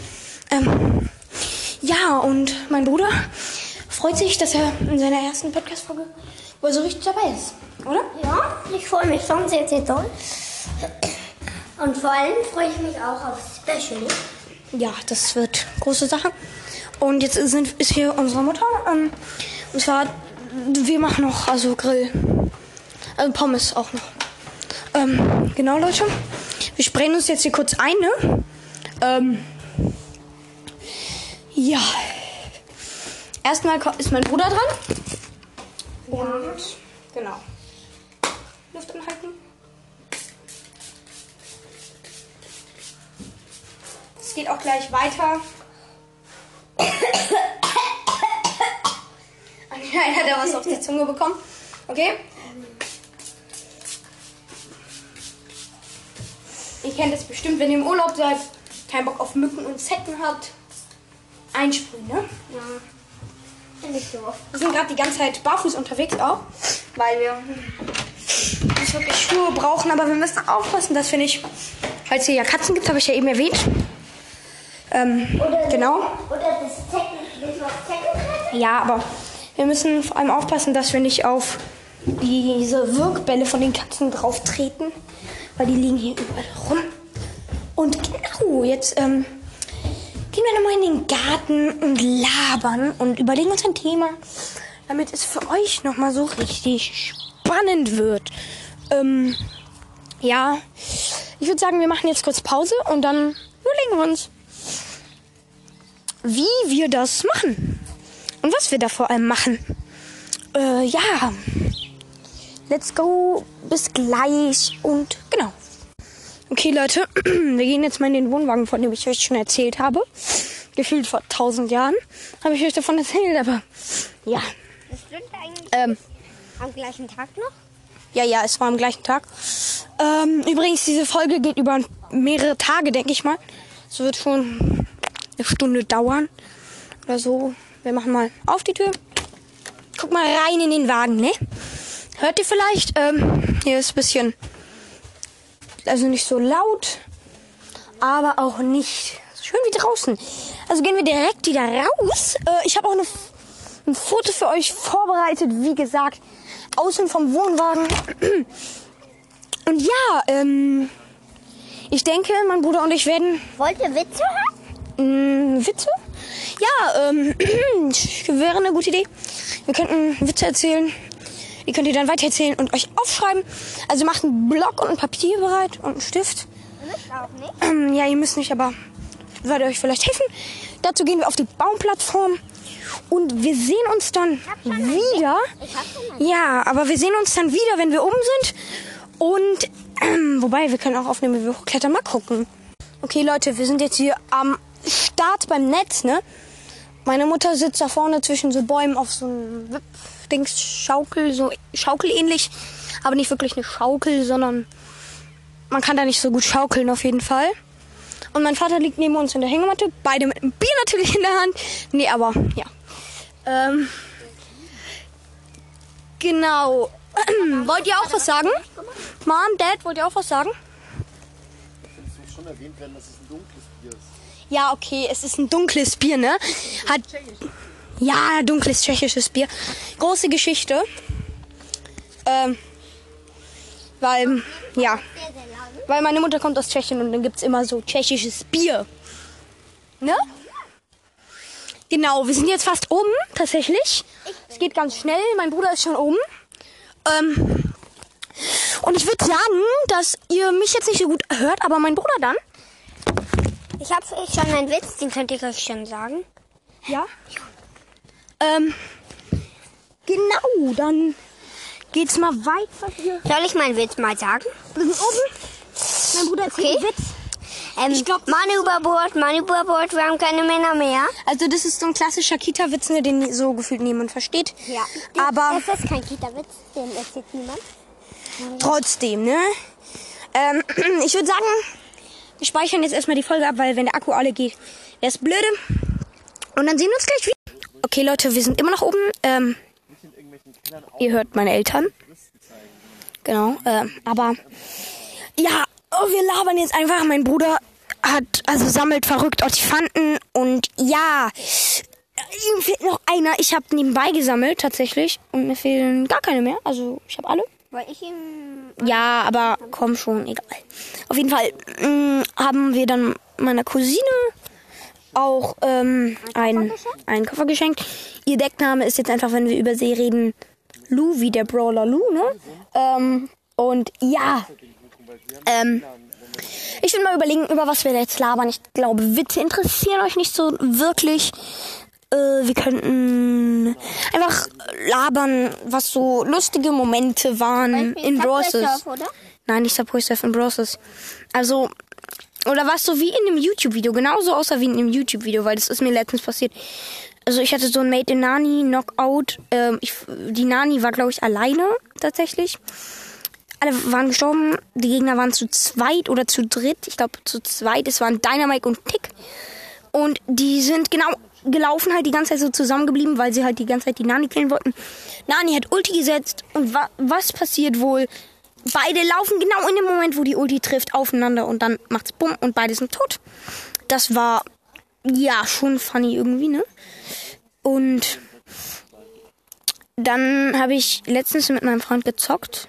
Ja, und mein Bruder freut sich, dass er in seiner ersten Podcast-Folge wohl so richtig dabei ist, oder? Ja, ich freue mich schon sehr, sehr doll. Und vor allem freue ich mich auch auf Special. Ja, das wird große Sache. Und jetzt ist hier unsere Mutter. Und zwar, wir machen noch, also Grill. Also Pommes auch noch. Genau, Leute. Wir sprayen uns jetzt hier kurz ein, ne? Ja. Erstmal ist mein Bruder dran. Und, genau. Luft anhalten. Es geht auch gleich weiter. Einer hat da was auf die Zunge bekommen. Okay? Ihr kennt das bestimmt, wenn ihr im Urlaub seid, keinen Bock auf Mücken und Zecken habt. Einsprühen, ne? Ja. Nicht so oft. Wir sind gerade die ganze Zeit barfuß unterwegs auch, weil wir nicht wirklich Schuhe brauchen, aber wir müssen aufpassen, dass wir nicht, falls hier ja Katzen gibt, habe ich ja eben erwähnt. Genau. Oder das Zecken. Ja, aber wir müssen vor allem aufpassen, dass wir nicht auf diese Wirkbälle von den Katzen drauf treten, weil die liegen hier überall rum. Und genau, jetzt gehen wir nochmal in den Garten und labern und überlegen uns ein Thema, damit es für euch nochmal so richtig spannend wird. Ja, ich würde sagen, wir machen jetzt kurz Pause und dann überlegen wir uns, wie wir das machen und was wir da vor allem machen. Ja, let's go, bis gleich und genau. Okay, Leute, wir gehen jetzt mal in den Wohnwagen, von dem ich euch schon erzählt habe. Gefühlt vor 1000 Jahren habe ich euch davon erzählt, aber ja. Das stimmt eigentlich am gleichen Tag noch? Ja, es war am gleichen Tag. Übrigens, diese Folge geht über mehrere Tage, denke ich mal. Es wird schon eine Stunde dauern oder so. Wir machen mal auf die Tür. Guck mal rein in den Wagen, ne? Hört ihr vielleicht? Hier ist ein bisschen, also nicht so laut, aber auch nicht so schön wie draußen. Also gehen wir direkt wieder raus. Ich habe auch ein Foto für euch vorbereitet, wie gesagt, außen vom Wohnwagen. Und ja, ich denke, mein Bruder und ich werden... Wollt ihr Witze hören? Witze? Ja, wäre eine gute Idee. Wir könnten Witze erzählen. Die könnt ihr dann weitererzählen und euch aufschreiben. Also macht einen Block und ein Papier bereit und einen Stift. Ihr müsst auch nicht. Ja, ihr müsst nicht, aber würde euch vielleicht helfen. Dazu gehen wir auf die Baumplattform und wir sehen uns dann wieder. Ja, aber wir sehen uns dann wieder, wenn wir oben sind. Und, wobei, wir können auch aufnehmen, wenn wir hochklettern. Mal gucken. Okay, Leute, wir sind jetzt hier am Start beim Netz, ne? Meine Mutter sitzt da vorne zwischen so Bäumen auf so einem Schaukel, so schaukelähnlich. Aber nicht wirklich eine Schaukel, sondern man kann da nicht so gut schaukeln auf jeden Fall. Und mein Vater liegt neben uns in der Hängematte. Beide mit einem Bier natürlich in der Hand. Nee, aber ja. Genau. Wollt ihr auch was sagen? Mom, Dad, wollt ihr auch was sagen? Es muss schon erwähnt werden, dass es ein dunkles Bier ist. Ja, okay, es ist ein dunkles Bier, ne? Ja, dunkles tschechisches Bier. Große Geschichte. Weil meine Mutter kommt aus Tschechien und dann gibt's immer so tschechisches Bier. Ne? Genau, wir sind jetzt fast oben, tatsächlich. Es geht ganz schnell, mein Bruder ist schon oben. Und ich würde sagen, dass ihr mich jetzt nicht so gut hört, aber mein Bruder dann. Ich habe schon einen Witz, den könnte ich euch schon sagen. Ja? Genau, dann geht's mal weiter hier. Soll ich meinen Witz mal sagen? Wir sind oben. Mein Bruder erzählt einen Witz. Ich glaube, Mann über Bord, wir haben keine Männer mehr. Also das ist so ein klassischer Kita-Witz, ne, den so gefühlt niemand versteht. Ja. Aber Das ist kein Kita-Witz, den erzählt niemand. trotzdem, ne? Ich würde sagen, wir speichern jetzt erstmal die Folge ab, weil wenn der Akku alle geht, wäre es blöde. Und dann sehen wir uns gleich wieder. Okay, Leute, wir sind immer noch oben. Ihr hört meine Eltern. Genau, aber ja, wir labern jetzt einfach. Mein Bruder sammelt verrückt Ottifanten und ja, ihm fehlt noch einer. Ich habe nebenbei gesammelt tatsächlich und mir fehlen gar keine mehr. Also ich habe alle. Weil ich ihm... Ja, aber komm schon, egal. Auf jeden Fall haben wir dann meiner Cousine auch einen Koffer geschenkt. Ihr Deckname ist jetzt einfach, wenn wir über sie reden, Lou, wie der Brawler Lou, ne? Und ja, ich will mal überlegen, über was wir jetzt labern. Ich glaube, Witze interessieren euch nicht so wirklich. Wir könnten einfach labern, was so lustige Momente waren in Brawl Stars. Nein, nicht Subway Surf in Brawl Stars. Also, oder was so wie in einem YouTube-Video. Genauso aussah wie in einem YouTube-Video, weil das ist mir letztens passiert. Also ich hatte so ein Mate in Nani, Knockout. Die Nani war, glaube ich, alleine tatsächlich. Alle waren gestorben. Die Gegner waren zu zweit oder zu dritt. Ich glaube zu zweit. Es waren Dynamite und Tick. Und die sind genau gelaufen, halt die ganze Zeit so zusammengeblieben, weil sie halt die ganze Zeit die Nani killen wollten. Nani hat Ulti gesetzt. Und was passiert wohl? Beide laufen genau in dem Moment, wo die Ulti trifft, aufeinander. Und dann macht's bumm und beide sind tot. Das war, ja, schon funny irgendwie, ne? Und dann habe ich letztens mit meinem Freund gezockt.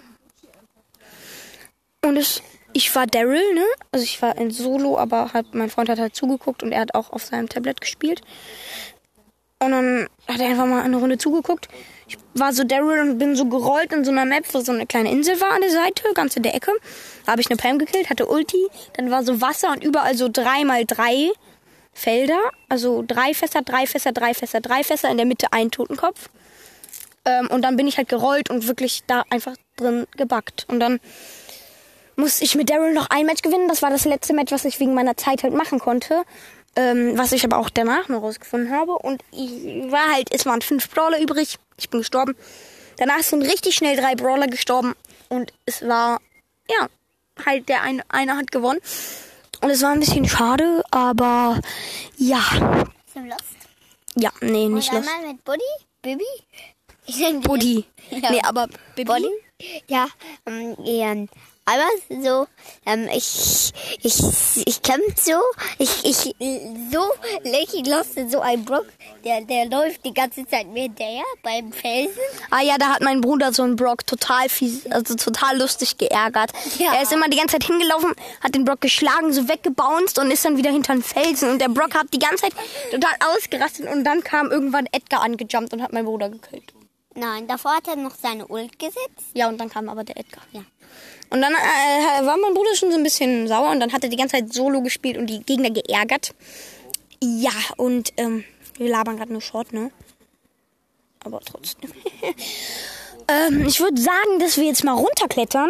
Und ich war Daryl, ne? Also ich war in Solo, aber mein Freund hat halt zugeguckt und er hat auch auf seinem Tablet gespielt. Und dann hat er einfach mal eine Runde zugeguckt. Ich war so Daryl und bin so gerollt in so einer Map, wo so eine kleine Insel war an der Seite, ganz in der Ecke. Da habe ich eine Pam gekillt, hatte Ulti. Dann war so Wasser und überall so 3x3 Felder. Also 3 Fässer, 3 Fässer, 3 Fässer, 3 Fässer, in der Mitte ein Totenkopf. Und dann bin ich halt gerollt und wirklich da einfach drin gebackt. Und dann musste ich mit Daryl noch ein Match gewinnen. Das war das letzte Match, was ich wegen meiner Zeit halt machen konnte. Was ich aber auch danach noch rausgefunden habe. Und es waren 5 Brawler übrig. Ich bin gestorben. Danach sind richtig schnell 3 Brawler gestorben. Und es war, ja, halt einer hat gewonnen. Und es war ein bisschen schade, aber ja. Ist im Lost? Ja, nee, nicht Und Lost. einmal mit Buddy? Bibi? Buddy. Ja. Nee, aber Bibi? Buddy? Ja, aber so, ich kämpfe so, so Lucky Lost in so ein Brock, der läuft die ganze Zeit mir hinterher beim Felsen. Ah ja, da hat mein Bruder so einen Brock total fies, also total lustig geärgert. Ja. Er ist immer die ganze Zeit hingelaufen, hat den Brock geschlagen, so weggebounced und ist dann wieder hinter den Felsen. Und der Brock hat die ganze Zeit total ausgerastet und dann kam irgendwann Edgar angejumpt und hat meinen Bruder gekillt. Nein, davor hat er noch seine Ult gesetzt. Ja, und dann kam aber der Edgar. Ja. Und dann war mein Bruder schon so ein bisschen sauer und dann hat er die ganze Zeit Solo gespielt und die Gegner geärgert. Ja, und wir labern gerade nur Short, ne? Aber trotzdem. Ich würde sagen, dass wir jetzt mal runterklettern.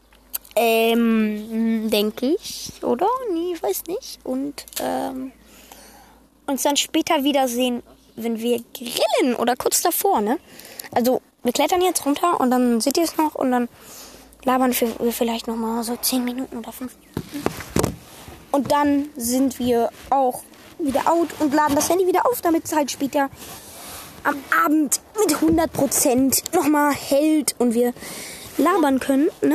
Denke ich, oder? Nee, ich weiß nicht. Und uns dann später wiedersehen, wenn wir grillen oder kurz davor, ne? Also, wir klettern jetzt runter und dann seht ihr es noch und dann labern wir vielleicht noch mal so 10 Minuten oder 5 Minuten. Und dann sind wir auch wieder out und laden das Handy wieder auf, damit es halt später am Abend mit 100% noch mal hält und wir labern können, ne?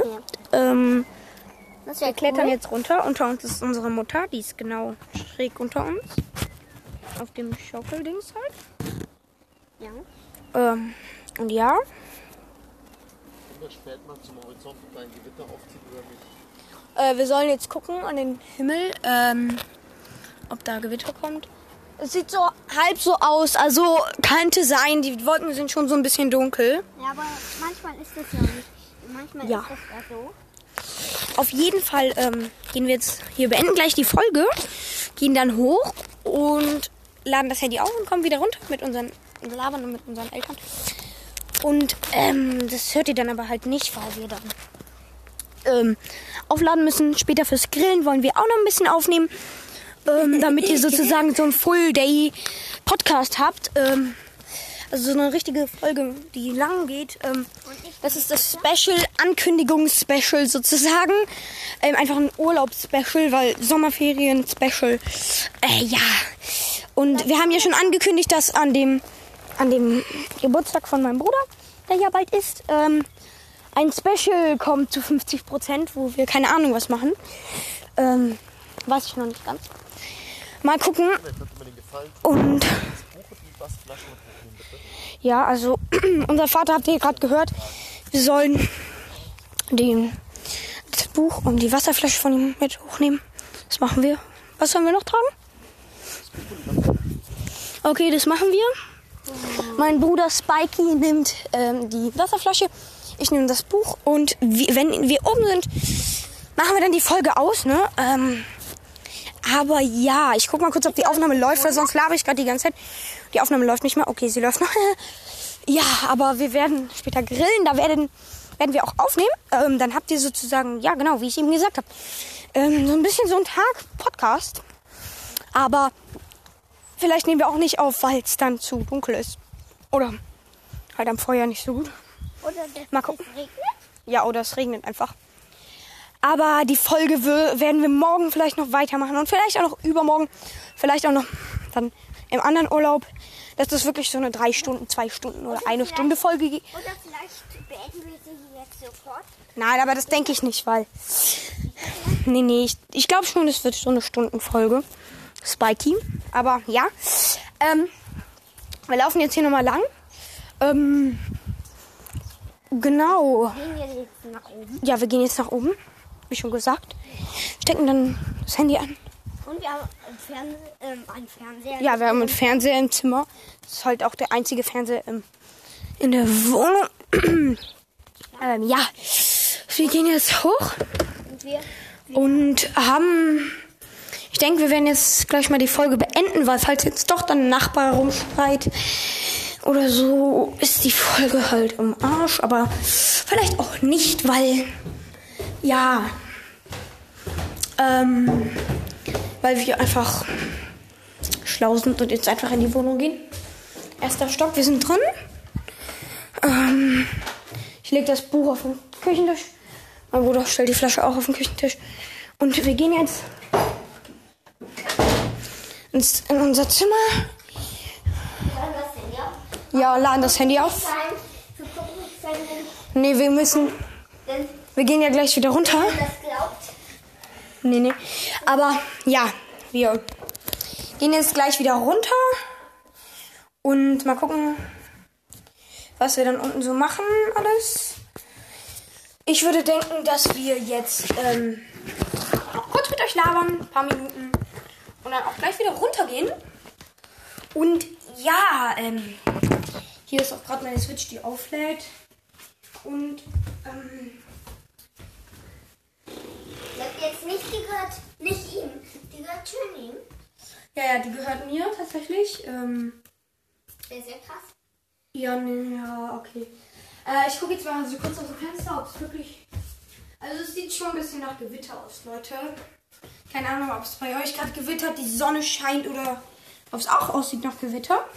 Wir klettern jetzt runter. Unter uns ist unsere Mutter, die ist genau schräg unter uns. Auf dem Schaukeldings halt. Ja. Und ja. Spät mal zum Horizont und ein Gewitter aufzieht oder nicht? Wir sollen jetzt gucken an den Himmel, ob da Gewitter kommt. Es sieht so halb so aus, also könnte sein, die Wolken sind schon so ein bisschen dunkel. Ja, aber manchmal ist das ja nicht. Manchmal Ja. ist das ja so. Auf jeden Fall gehen wir jetzt hier, beenden gleich die Folge. gehen dann hoch und laden das Handy auf und kommen wieder runter mit unseren Labern und mit unseren Eltern. Und das hört ihr dann aber halt nicht, weil wir dann aufladen müssen. Später fürs Grillen wollen wir auch noch ein bisschen aufnehmen, damit ihr sozusagen so ein Full-Day-Podcast habt. Also so eine richtige Folge, die lang geht. Das ist das Special, Ankündigungs-Special sozusagen. Einfach ein Urlaubs-Special, weil Sommerferien-Special. Ja. Und wir haben ja schon angekündigt, dass an dem Geburtstag von meinem Bruder, der ja bald ist, ein Special kommt zu 50%, wo wir keine Ahnung was machen. Weiß ich noch nicht ganz. Mal gucken. Und ja, also unser Vater, habt ihr gerade gehört, wir sollen das Buch und die Wasserflasche von ihm mit hochnehmen. Das machen wir. Was sollen wir noch tragen? Okay, das machen wir. Mein Bruder Spikey nimmt die Wasserflasche. Ich nehme das Buch. Und wenn wir oben sind, machen wir dann die Folge aus, ne? Aber ja, ich guck mal kurz, ob die Aufnahme läuft, weil sonst laber ich gerade die ganze Zeit. Die Aufnahme läuft nicht mehr. Okay, sie läuft noch. Ja, aber wir werden später grillen. Da werden wir auch aufnehmen. Dann habt ihr sozusagen, ja genau, wie ich eben gesagt habe, so ein bisschen so ein Tag-Podcast. Aber vielleicht nehmen wir auch nicht auf, weil es dann zu dunkel ist. Oder halt am Feuer nicht so gut. Oder mal gucken. Es regnet? Ja, oder es regnet einfach. Aber die Folge werden wir morgen vielleicht noch weitermachen. Und vielleicht auch noch übermorgen. Vielleicht auch noch dann im anderen Urlaub. Dass das wirklich so eine 3 Stunden, 2 Stunden oder 1 Stunde Folge gibt. Oder vielleicht beenden wir sie jetzt sofort. Nein, aber das denke ich nicht, weil... Nee, ich glaube schon, es wird so eine Stundenfolge. Spikey. Aber ja. Wir laufen jetzt hier nochmal lang. Genau. Gehen wir jetzt nach oben. Ja, wir gehen jetzt nach oben. Wie schon gesagt. Stecken dann das Handy an. Und wir haben einen Fernseher. Ja, wir haben einen Fernseher im Zimmer. Das ist halt auch der einzige Fernseher in der Wohnung. Ja. Wir gehen jetzt hoch. Und haben... Ich denke, wir werden jetzt gleich mal die Folge beenden, weil falls jetzt doch dann ein Nachbar rumschreit oder so, ist die Folge halt im Arsch. Aber vielleicht auch nicht, weil, ja, weil wir einfach schlau sind und jetzt einfach in die Wohnung gehen. 1. Stock, wir sind drin. Ich lege das Buch auf den Küchentisch. Mein Bruder stellt die Flasche auch auf den Küchentisch. Und wir gehen jetzt in unser Zimmer. Ja, laden das Handy auf. Nee, wir gehen ja gleich wieder runter. Nee. Aber ja, wir gehen jetzt gleich wieder runter. Und mal gucken, was wir dann unten so machen alles. Ich würde denken, dass wir jetzt noch kurz mit euch labern, ein paar Minuten. Und dann auch gleich wieder runtergehen. Und ja, hier ist auch gerade meine Switch, die auflädt. Und Jetzt nicht, die gehört nicht ihm. Die gehört schon ihm. ja, die gehört mir tatsächlich. Sehr, sehr krass. Ja, okay. Ich gucke jetzt mal so kurz aus dem Fenster, ob es wirklich... Also es sieht schon ein bisschen nach Gewitter aus, Leute. Keine Ahnung, ob es bei euch gerade gewittert, die Sonne scheint oder ob es auch aussieht nach Gewitter.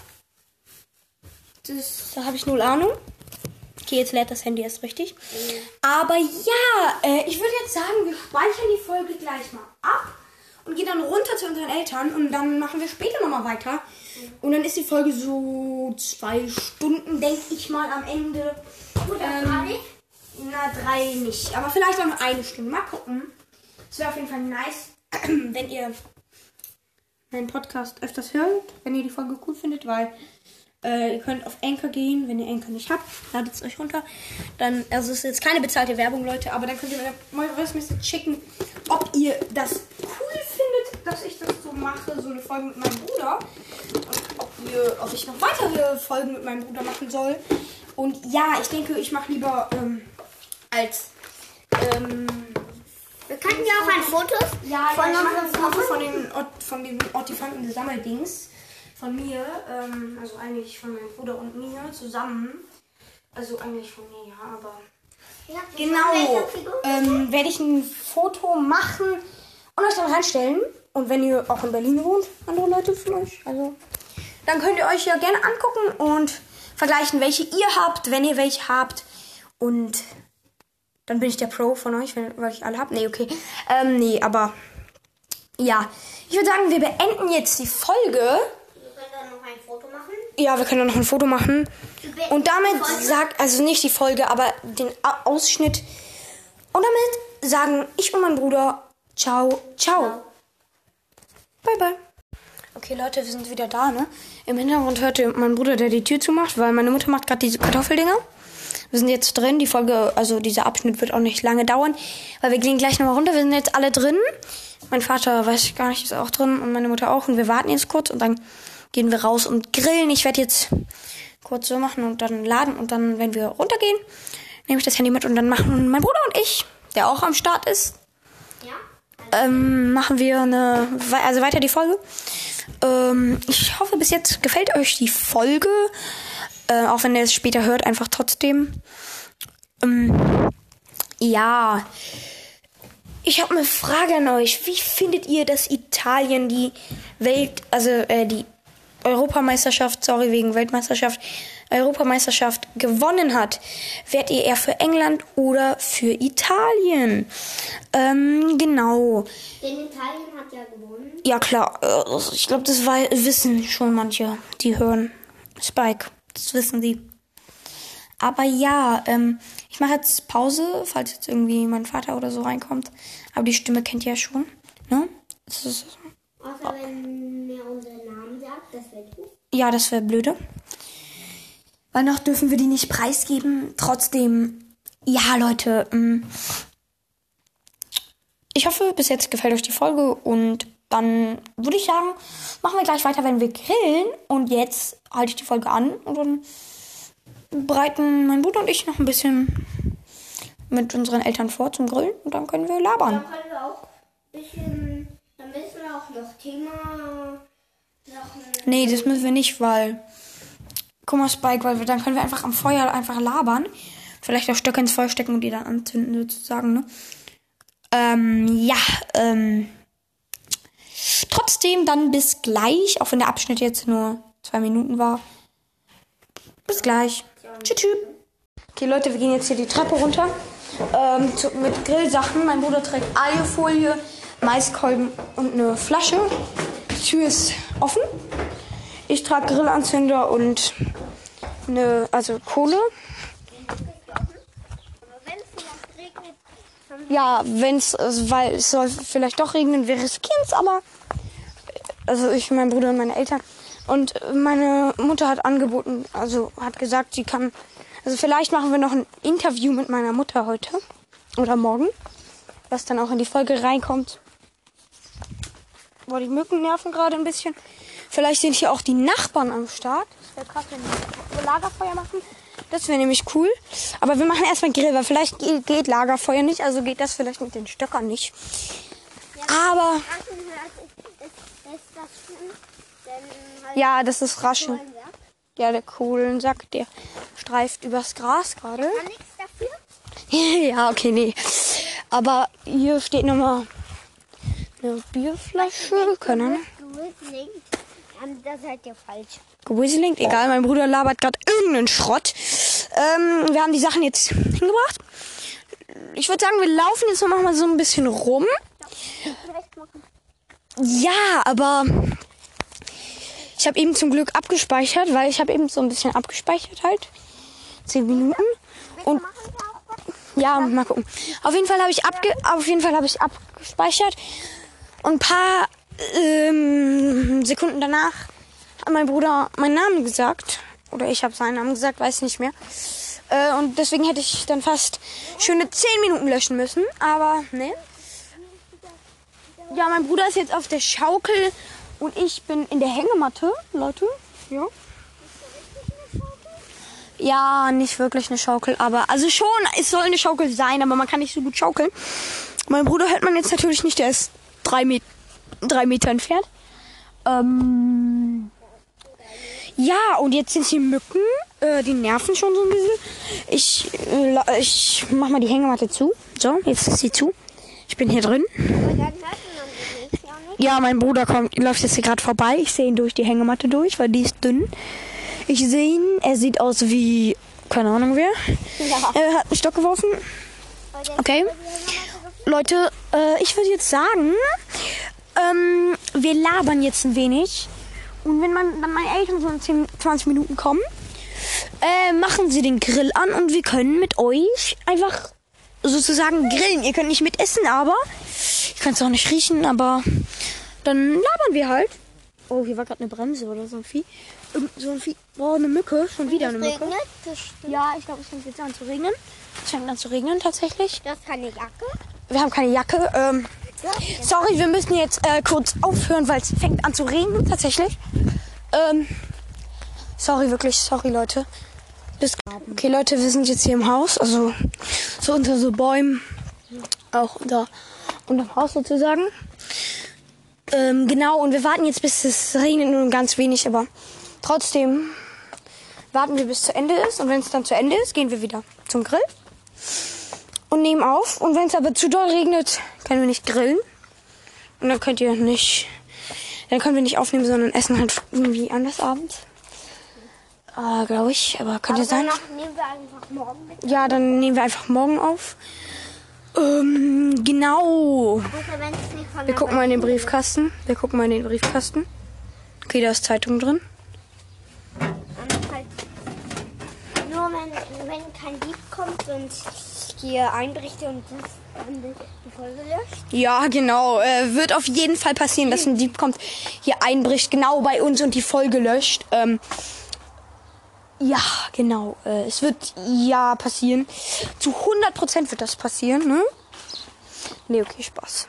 Da habe ich 0 Ahnung. Okay, jetzt lädt das Handy erst richtig. Aber ja, ich würde jetzt sagen, wir speichern die Folge gleich mal ab und gehen dann runter zu unseren Eltern und dann machen wir später nochmal weiter. Und dann ist die Folge so 2 Stunden, denke ich mal, am Ende. Oder 3? Na, 3 nicht. Aber vielleicht auch noch 1 Stunde. Mal gucken. Es wäre auf jeden Fall nice, wenn ihr meinen Podcast öfters hört, wenn ihr die Folge cool findet, weil ihr könnt auf Anchor gehen, wenn ihr Anchor nicht habt, ladet es euch runter. Dann, also es ist jetzt keine bezahlte Werbung, Leute, aber dann könnt ihr mir mal Voice Message schicken, ob ihr das cool findet, dass ich das so mache, so eine Folge mit meinem Bruder. Und ob ich noch weitere Folgen mit meinem Bruder machen soll. Und ja, ich denke, ich mache lieber als Könnten wir auch ein Foto Ja, von ich mache ein unserem Foto Papa? von dem Ottifanten-Sammeldings. Von mir, also eigentlich von meinem Bruder und mir zusammen. Also eigentlich von mir, ja, aber... Ja, Genau, werde ich ein Foto machen und euch dann reinstellen. Und wenn ihr auch in Berlin wohnt, andere Leute von euch, also... Dann könnt ihr euch ja gerne angucken und vergleichen, welche ihr habt, wenn ihr welche habt. Und dann bin ich der Pro von euch, weil ich alle habe. Nee, okay. Nee, aber... Ja, ich würde sagen, wir beenden jetzt die Folge. Wir können dann noch ein Foto machen. Ja, wir können dann noch ein Foto machen. Und damit die Folge? sagt, also nicht die Folge, aber den Ausschnitt. Und damit sagen ich und mein Bruder ciao, ciao. Bye, bye. Okay, Leute, wir sind wieder da, ne? Im Hintergrund hört ihr mein Bruder, der die Tür zumacht, weil meine Mutter macht gerade diese Kartoffeldinger. Wir sind jetzt drin. Die Folge, also dieser Abschnitt wird auch nicht lange dauern, weil wir gehen gleich nochmal runter. Wir sind jetzt alle drin. Mein Vater, weiß ich gar nicht, ist auch drin und meine Mutter auch. Und wir warten jetzt kurz und dann gehen wir raus und grillen. Ich werde jetzt kurz so machen und dann laden. Und dann, wenn wir runtergehen, nehme ich das Handy mit und dann machen mein Bruder und ich, der auch am Start ist, machen wir weiter die Folge. Ich hoffe, bis jetzt gefällt euch die Folge. Auch wenn ihr es später hört, einfach trotzdem. Ja. Ich habe eine Frage an euch. Wie findet ihr, dass Italien die die Europameisterschaft, Europameisterschaft gewonnen hat? Wärt ihr eher für England oder für Italien? Genau. Denn Italien hat ja gewonnen. Ja, klar. Ich glaube, das wissen schon manche, die hören Spike. Das wissen sie. Aber ja, ich mache jetzt Pause, falls jetzt irgendwie mein Vater oder so reinkommt. Aber die Stimme kennt ihr ja schon, ne? Außer wenn er unseren Namen sagt, das wäre gut. Ja, das wäre blöde. Weil noch dürfen wir die nicht preisgeben. Trotzdem, ja, Leute, ich hoffe, bis jetzt gefällt euch die Folge und dann würde ich sagen, machen wir gleich weiter, wenn wir grillen. Und jetzt halte ich die Folge an und dann bereiten mein Bruder und ich noch ein bisschen mit unseren Eltern vor zum Grillen und dann können wir labern. Dann können wir auch ein bisschen, dann müssen wir auch noch Thema Nee, das müssen wir nicht, weil, guck mal, Spike, weil dann können wir einfach am Feuer einfach labern. Vielleicht auch Stöcke ins Feuer stecken und die dann anzünden sozusagen, ne? Trotzdem dann bis gleich, auch wenn der Abschnitt jetzt nur 2 Minuten war. Bis gleich. Tschüss. Okay, Leute, wir gehen jetzt hier die Treppe runter. Mit Grillsachen. Mein Bruder trägt Alufolie, Maiskolben und eine Flasche. Die Tür ist offen. Ich trage Grillanzünder und Kohle. Ja, weil es soll vielleicht doch regnen, wir riskieren es, aber also ich, mein Bruder und meine Eltern. Und meine Mutter hat angeboten, also hat gesagt, sie kann, also vielleicht machen wir noch ein Interview mit meiner Mutter heute oder morgen, was dann auch in die Folge reinkommt. Boah, die Mücken nerven gerade ein bisschen. Vielleicht sind hier auch die Nachbarn am Start. Das wäre krass, wenn wir Lagerfeuer machen. Das wäre nämlich cool. Aber wir machen erstmal Grill, weil vielleicht geht Lagerfeuer nicht, also geht das vielleicht mit den Stöckern nicht. Aber ja, das ist Rascheln. Ja, der Kohlensack, der streift übers Gras gerade. Kann nichts dafür? Ja, okay, nee. Aber hier steht nochmal eine Bierflasche. Das seid ihr falsch. Gewisslingt, egal, mein Bruder labert gerade irgendeinen Schrott. Wir haben die Sachen jetzt hingebracht. Ich würde sagen, wir laufen jetzt noch mal so ein bisschen rum. Ja, aber ich habe eben zum Glück abgespeichert, weil ich habe eben so ein bisschen abgespeichert halt. 10 Minuten. Und ja, mal gucken. Auf jeden Fall habe ich abgespeichert. Und ein paar Sekunden danach hat mein Bruder meinen Namen gesagt. Oder ich habe seinen Namen gesagt, weiß nicht mehr. Und deswegen hätte ich dann fast schöne 10 Minuten löschen müssen. Aber ne. Ja, mein Bruder ist jetzt auf der Schaukel und ich bin in der Hängematte, Leute. Ja. Ja, nicht wirklich eine Schaukel, aber also schon, es soll eine Schaukel sein, aber man kann nicht so gut schaukeln. Mein Bruder hört man jetzt natürlich nicht, der ist 3 Meter entfernt. Ja, und jetzt sind hier Mücken. Die nerven schon so ein bisschen. Ich mach mal die Hängematte zu. So, jetzt ist sie zu. Ich bin hier drin. Ja, mein Bruder läuft jetzt hier gerade vorbei. Ich sehe ihn durch die Hängematte durch, weil die ist dünn. Ich sehe ihn. Er sieht aus wie, keine Ahnung wer. Ja. Er hat einen Stock geworfen. Okay. Leute, ich würde jetzt sagen, wir labern jetzt ein wenig. Und wenn meine Eltern so in 10, 20 Minuten kommen, machen sie den Grill an und wir können mit euch einfach sozusagen grillen. Ihr könnt nicht mitessen, aber ich kann es auch nicht riechen, aber dann labern wir halt. Oh, hier war gerade eine Bremse oder so ein Vieh. So ein Vieh. Oh, eine Mücke. Schon wieder eine Mücke. Regnet, das stimmt. Ja, ich glaube, es fängt jetzt an zu regnen. Es fängt an zu regnen tatsächlich. Das ist keine Jacke. Wir haben keine Jacke. Sorry, wir müssen jetzt kurz aufhören, weil es fängt an zu regnen tatsächlich. Sorry, wirklich. Sorry, Leute. Okay, Leute, wir sind jetzt hier im Haus. Also so unter so Bäumen. Auch unterm Haus sozusagen. Genau, und wir warten jetzt, bis es regnet, nur ganz wenig. Aber trotzdem warten wir, bis es zu Ende ist. Und wenn es dann zu Ende ist, gehen wir wieder zum Grill. Und nehmen auf. Und wenn es aber zu doll regnet, können wir nicht grillen. Und dann können wir nicht aufnehmen, sondern essen halt irgendwie anders abends. Glaube ich. Aber könnte sein. Danach nehmen wir einfach morgen mit. Ja, dann nehmen wir einfach morgen auf. Genau. Wir gucken mal in den Briefkasten. Okay, da ist Zeitung drin. Nur wenn kein Dieb kommt und hier einbricht und dann die Folge löscht. Ja, genau. Wird auf jeden Fall passieren, dass ein Dieb kommt, hier einbricht, genau bei uns und die Folge löscht. Ja, genau. Es wird ja passieren. Zu 100% wird das passieren, ne? Nee, okay, Spaß.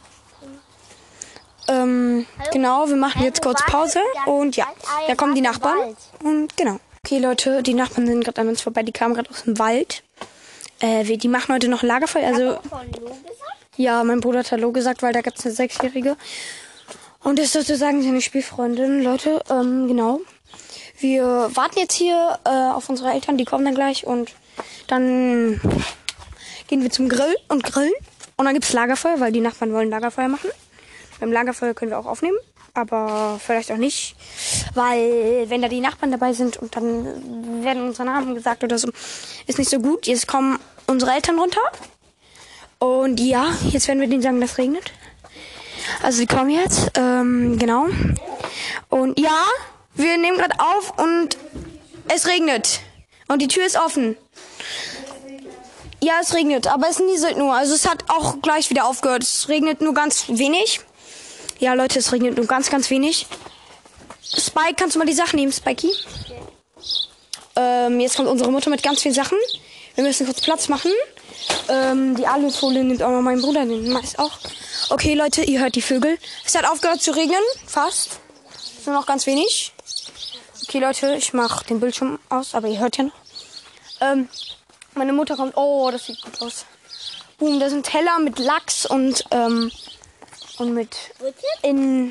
Genau, wir machen jetzt kurz Pause und ja, da kommen die Nachbarn. Und genau. Okay, Leute, die Nachbarn sind gerade an uns vorbei. Die kamen gerade aus dem Wald. Die machen heute noch Lagerfeuer. Also, ja, mein Bruder hat Hallo gesagt, weil da gibt es eine 6-Jährige. Und das ist sozusagen seine Spielfreundin. Leute, genau. Wir warten jetzt hier auf unsere Eltern, die kommen dann gleich. Und dann gehen wir zum Grill und grillen. Und dann gibt's Lagerfeuer, weil die Nachbarn wollen Lagerfeuer machen. Beim Lagerfeuer können wir auch aufnehmen, aber vielleicht auch nicht. Weil wenn da die Nachbarn dabei sind und dann werden unsere Namen gesagt oder so, ist nicht so gut. Jetzt kommen unsere Eltern runter. Und ja, jetzt werden wir denen sagen, dass es regnet. Also die kommen jetzt, genau. Und ja, wir nehmen gerade auf und es regnet. Und die Tür ist offen. Ja, es regnet, aber es nieselt nur. Also es hat auch gleich wieder aufgehört. Es regnet nur ganz wenig. Ja, Leute, es regnet nur ganz, ganz wenig. Spike, kannst du mal die Sachen nehmen, Spikey? Jetzt kommt unsere Mutter mit ganz vielen Sachen. Wir müssen kurz Platz machen. Die Alufolie nimmt auch noch mein Bruder, den meist auch. Okay, Leute, ihr hört die Vögel. Es hat aufgehört zu regnen, fast. Nur noch ganz wenig. Okay, Leute, ich mache den Bildschirm aus, aber ihr hört ja noch. Meine Mutter kommt. Oh, das sieht gut aus. Boom, da sind Teller mit Lachs und mit in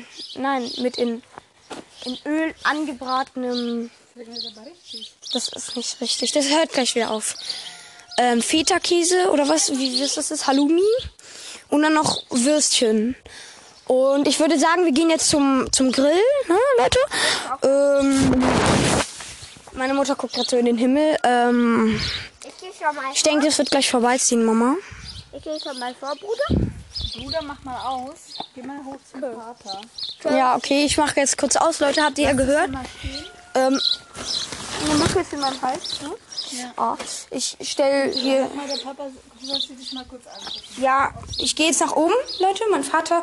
Öl angebratenem. Das ist nicht richtig. Das hört gleich wieder auf. Feta-Käse oder was? Wie ist das? Halloumi. Und dann noch Würstchen. Und ich würde sagen, wir gehen jetzt zum Grill, ne, Leute? Meine Mutter guckt gerade so in den Himmel. Ich denke, das wird gleich vorbeiziehen, Mama. Ich gehe schon mal vor, Bruder. Bruder, mach mal aus. Geh mal hoch zum Vater. Ja, okay, ich mache jetzt kurz aus, Leute. Habt ihr ja gehört? Eine Mücke ist in meinem Hals. Ne? Ja. Oh, ich stelle hier. Mal, der Papa soll sie dich mal kurz angucken. Ja, ich gehe jetzt nach oben, Leute. Mein Vater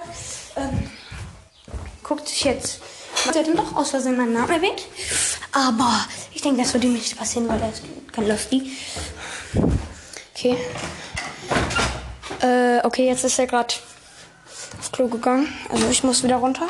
guckt sich jetzt. Er hat doch aus Versehen meinen Namen erwähnt. Aber ich denke, das wird ihm nicht passieren, weil er ist kein Lofty. Okay. Okay, jetzt ist er gerade aufs Klo gegangen. Also ich muss wieder runter.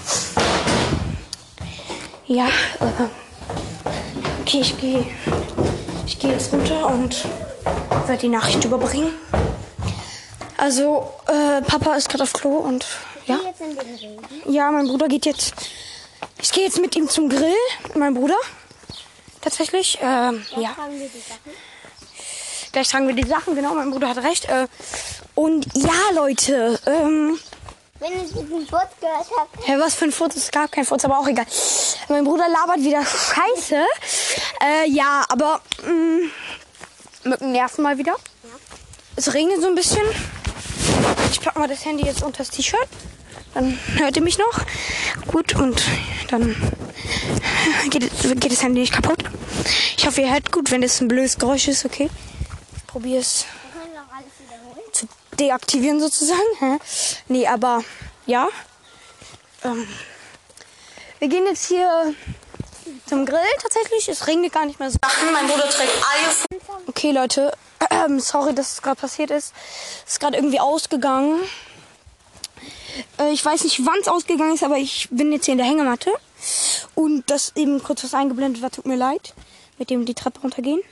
Ja, okay, ich gehe jetzt runter und werde die Nachricht überbringen. Also, Papa ist gerade auf Klo und ja. Jetzt in den Regen. Ja, mein Bruder geht jetzt. Ich gehe jetzt mit ihm zum Grill. Mein Bruder. Tatsächlich. Ja. Tragen wir die Sachen. Gleich tragen wir die Sachen, genau, mein Bruder hat recht. Und ja, Leute, Wenn ich diesen Furz gehört habe. ja, was für ein Furz? Es gab kein Furz, aber auch egal. Mein Bruder labert wieder Scheiße. Ja, aber Mücken nerven mal wieder. Ja. Es regnet so ein bisschen. Ich pack mal das Handy jetzt unter das T-Shirt. Dann hört ihr mich noch. Gut, und dann geht das Handy nicht kaputt. Ich hoffe, ihr hört gut, wenn das ein blödes Geräusch ist, okay? Ich probiere es Wir können doch alles wiederholen. zu deaktivieren sozusagen. Hä? Nee, aber ja. Wir gehen jetzt hier zum Grill tatsächlich. Es regnet gar nicht mehr so. Mein Bruder trägt alle. Okay, Leute. Sorry, dass es gerade passiert ist. Es ist gerade irgendwie ausgegangen. Ich weiß nicht, wann es ausgegangen ist, aber ich bin jetzt hier in der Hängematte. Und das eben kurz was eingeblendet war, tut mir leid. Mit dem die Treppe runtergehen.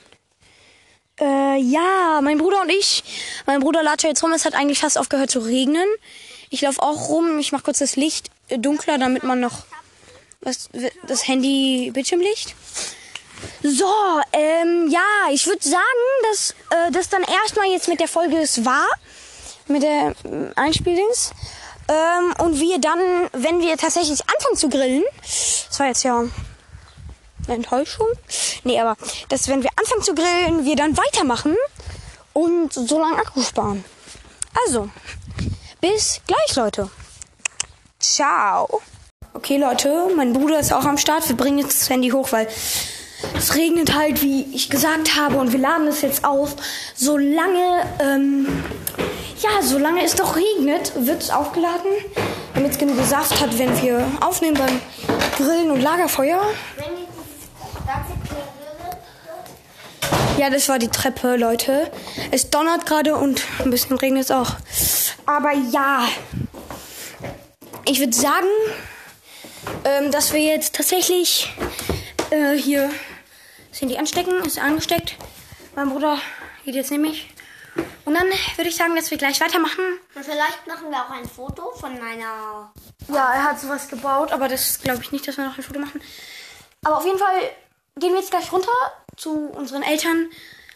Ja, mein Bruder und ich. Mein Bruder latscht jetzt rum. Es hat eigentlich fast aufgehört zu regnen. Ich laufe auch rum. Ich mache kurz das Licht dunkler, damit man noch das Handy-Bildschirmlicht. So, ja, ich würde sagen, dass das dann erstmal jetzt mit der Folge es war. Mit der Einspieldings. Und wir dann, wenn wir tatsächlich anfangen zu grillen, das war jetzt ja eine Enttäuschung. Nee, aber dass, wenn wir anfangen zu grillen, wir dann weitermachen und so lange Akku sparen. Also, bis gleich, Leute. Ciao. Okay, Leute, mein Bruder ist auch am Start. Wir bringen jetzt das Handy hoch, weil es regnet halt, wie ich gesagt habe. Und wir laden es jetzt auf. Solange es doch regnet, wird es aufgeladen. Damit es genug Saft hat, wenn wir aufnehmen beim Grillen und Lagerfeuer. Ja, das war die Treppe, Leute. Es donnert gerade und ein bisschen regnet es auch. Aber ja, ich würde sagen, dass wir jetzt tatsächlich hier das Handy anstecken. Ist angesteckt. Mein Bruder geht jetzt nämlich. Und dann würde ich sagen, dass wir gleich weitermachen. Und vielleicht machen wir auch ein Foto von meiner... Ja, er hat sowas gebaut, aber das glaube ich nicht, dass wir noch ein Foto machen. Aber auf jeden Fall gehen wir jetzt gleich runter zu unseren Eltern.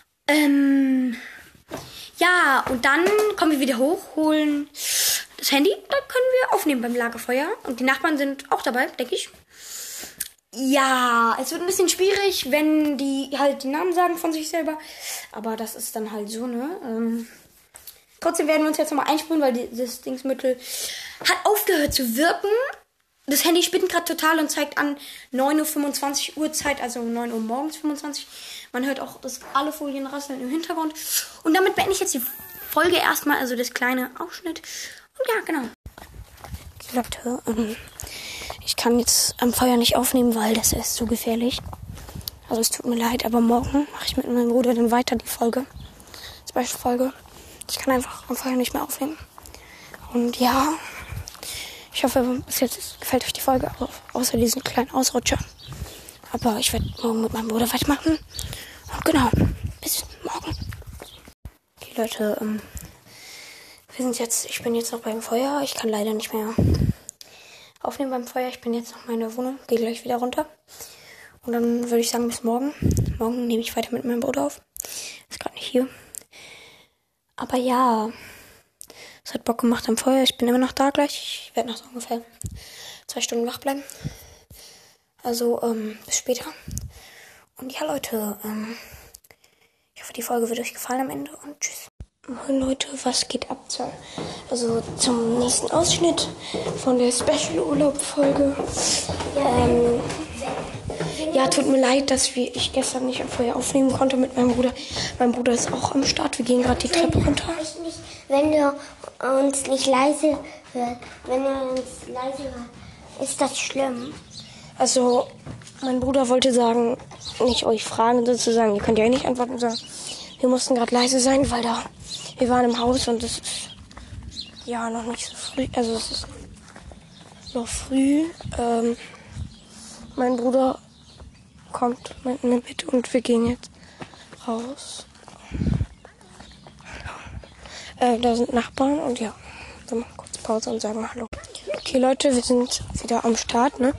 Ja, und dann kommen wir wieder hoch, holen das Handy. Dann können wir aufnehmen beim Lagerfeuer. Und die Nachbarn sind auch dabei, denke ich. Ja, es wird ein bisschen schwierig, wenn die halt die Namen sagen von sich selber. Aber das ist dann halt so, ne? Trotzdem werden wir uns jetzt nochmal einsprühen, weil das Dingsmittel hat aufgehört zu wirken. Das Handy spinnt gerade total und zeigt an 9:25 Uhr Uhrzeit, also 9 Uhr morgens 25. Man hört auch, dass alle Folien rasseln im Hintergrund. Und damit beende ich jetzt die Folge erstmal, also das kleine Ausschnitt. Und ja, genau. Okay, Leute, ich kann jetzt am Feuer nicht aufnehmen, weil das ist zu gefährlich. Also es tut mir leid, aber morgen mache ich mit meinem Bruder dann weiter die Folge. Special-Folge. Ich kann einfach am Feuer nicht mehr aufnehmen. Und ja, ich hoffe, bis jetzt gefällt euch die Folge, außer diesen kleinen Ausrutscher. Aber ich werde morgen mit meinem Bruder weitermachen. Und genau, bis morgen. Okay, Leute, ich bin jetzt noch beim Feuer. Ich kann leider nicht mehr aufnehmen beim Feuer. Ich bin jetzt noch in meiner Wohnung, gehe gleich wieder runter. Und dann würde ich sagen, bis morgen. Morgen nehme ich weiter mit meinem Bruder auf. Ist gerade nicht hier. Aber ja, es hat Bock gemacht am Feuer. Ich bin immer noch da gleich. Ich werde noch so ungefähr 2 Stunden wach bleiben. Also, bis später. Und ja, Leute, ich hoffe, die Folge wird euch gefallen am Ende und tschüss. Moin Leute, was geht ab? Also zum nächsten Ausschnitt von der Special-Urlaub-Folge. Ja, tut mir leid, dass ich gestern nicht am Feuer aufnehmen konnte mit meinem Bruder. Mein Bruder ist auch am Start. Wir gehen gerade die Treppe runter. Wenn du uns nicht leise hört, ist das schlimm. Also, mein Bruder wollte sagen, nicht euch fragen sozusagen. Ihr könnt ja nicht antworten, sondern wir mussten gerade leise sein, weil wir waren im Haus und es ist ja noch nicht so früh. Also es ist noch früh. Mein Bruder kommt mit mir mit und wir gehen jetzt raus. Da sind Nachbarn und ja, wir machen kurz Pause und sagen Hallo. Okay Leute, wir sind wieder am Start, ne?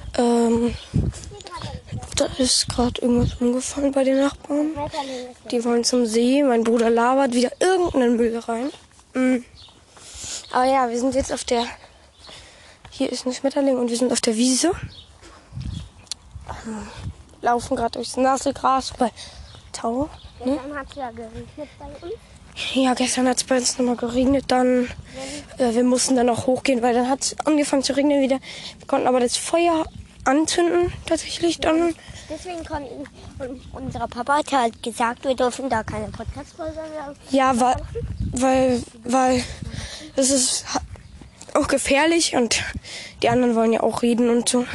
Da ist gerade irgendwas umgefallen bei den Nachbarn. Die wollen zum See. Mein Bruder labert wieder irgendeinen Müll rein. Aber ja, wir sind jetzt auf der... Hier ist ein Schmetterling und wir sind auf der Wiese. Laufen gerade durchs nasse Gras bei Tau. Ne? Gestern hat es ja geregnet bei uns. Ja, gestern hat es bei uns nochmal geregnet. Dann, wir mussten dann auch hochgehen, weil dann hat es angefangen zu regnen wieder. Wir konnten aber das Feuer anzünden tatsächlich dann. Deswegen konnten unser Papa hat halt gesagt, wir dürfen da keine Podcast-Folge mehr. Ja, weil das ist auch gefährlich und die anderen wollen ja auch reden und so.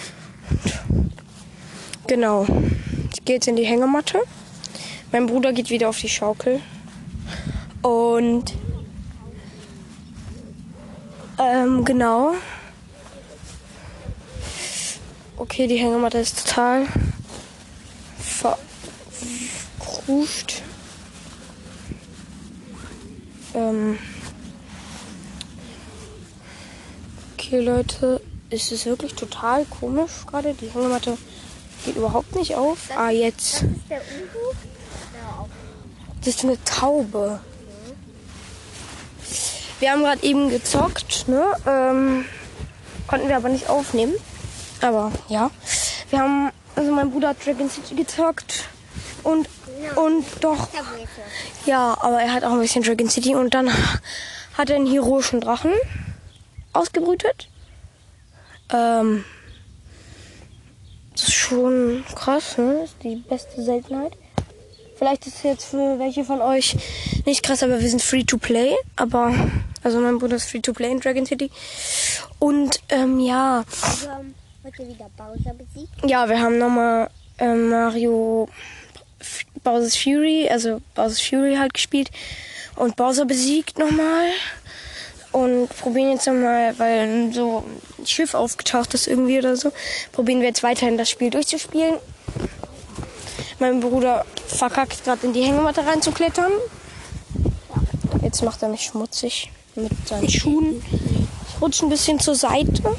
Genau. Ich gehe jetzt in die Hängematte. Mein Bruder geht wieder auf die Schaukel. Und genau. Okay, die Hängematte ist total verkruscht. Okay, Leute, es ist wirklich total komisch gerade. Die Hängematte geht überhaupt nicht auf. Jetzt. Das ist der Uhu. Das ist eine Taube. Wir haben gerade eben gezockt, ne? Konnten wir aber nicht aufnehmen. Aber ja. Also mein Bruder hat Dragon City gezockt. Und doch. Ja, aber er hat auch ein bisschen Dragon City. Und dann hat er einen heroischen Drachen ausgebrütet. Das ist schon krass, ne? Das ist die beste Seltenheit. Vielleicht ist es jetzt für welche von euch nicht krass, aber wir sind Free-to-Play. Also mein Bruder ist Free-to-Play in Dragon City. Und ja. Wir haben heute wieder Bowser besiegt. Ja, wir haben nochmal Mario Bowser's Fury, also Bowser's Fury halt gespielt. Und Bowser besiegt nochmal. Und probieren jetzt nochmal, weil so ein Schiff aufgetaucht ist irgendwie oder so, probieren wir jetzt weiterhin das Spiel durchzuspielen. Mein Bruder verkackt gerade in die Hängematte reinzuklettern. Jetzt macht er mich schmutzig mit seinen Schuhen. Ich rutsche ein bisschen zur Seite.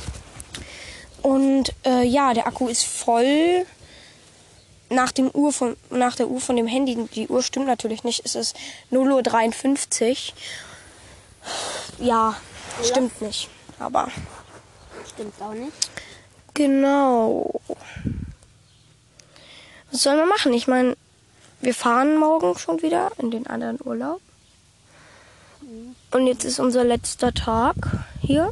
Und ja, der Akku ist voll. Nach der Uhr von dem Handy, die Uhr stimmt natürlich nicht, es ist 0:53 Uhr. Ja, stimmt nicht, aber... Stimmt auch nicht. Genau. Was soll man machen? Ich meine, wir fahren morgen schon wieder in den anderen Urlaub. Und jetzt ist unser letzter Tag hier.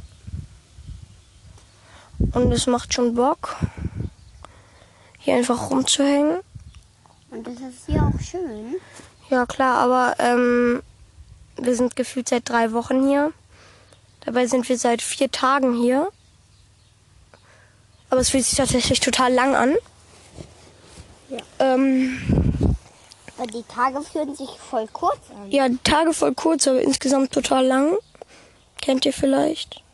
Und es macht schon Bock, hier einfach rumzuhängen. Und das ist hier auch schön. Ja klar, aber wir sind gefühlt seit 3 Wochen hier. Dabei sind wir seit 4 Tagen hier. Aber es fühlt sich tatsächlich total lang an. Ja. Aber die Tage fühlen sich voll kurz an. Ja, die Tage voll kurz, aber insgesamt total lang. Kennt ihr vielleicht?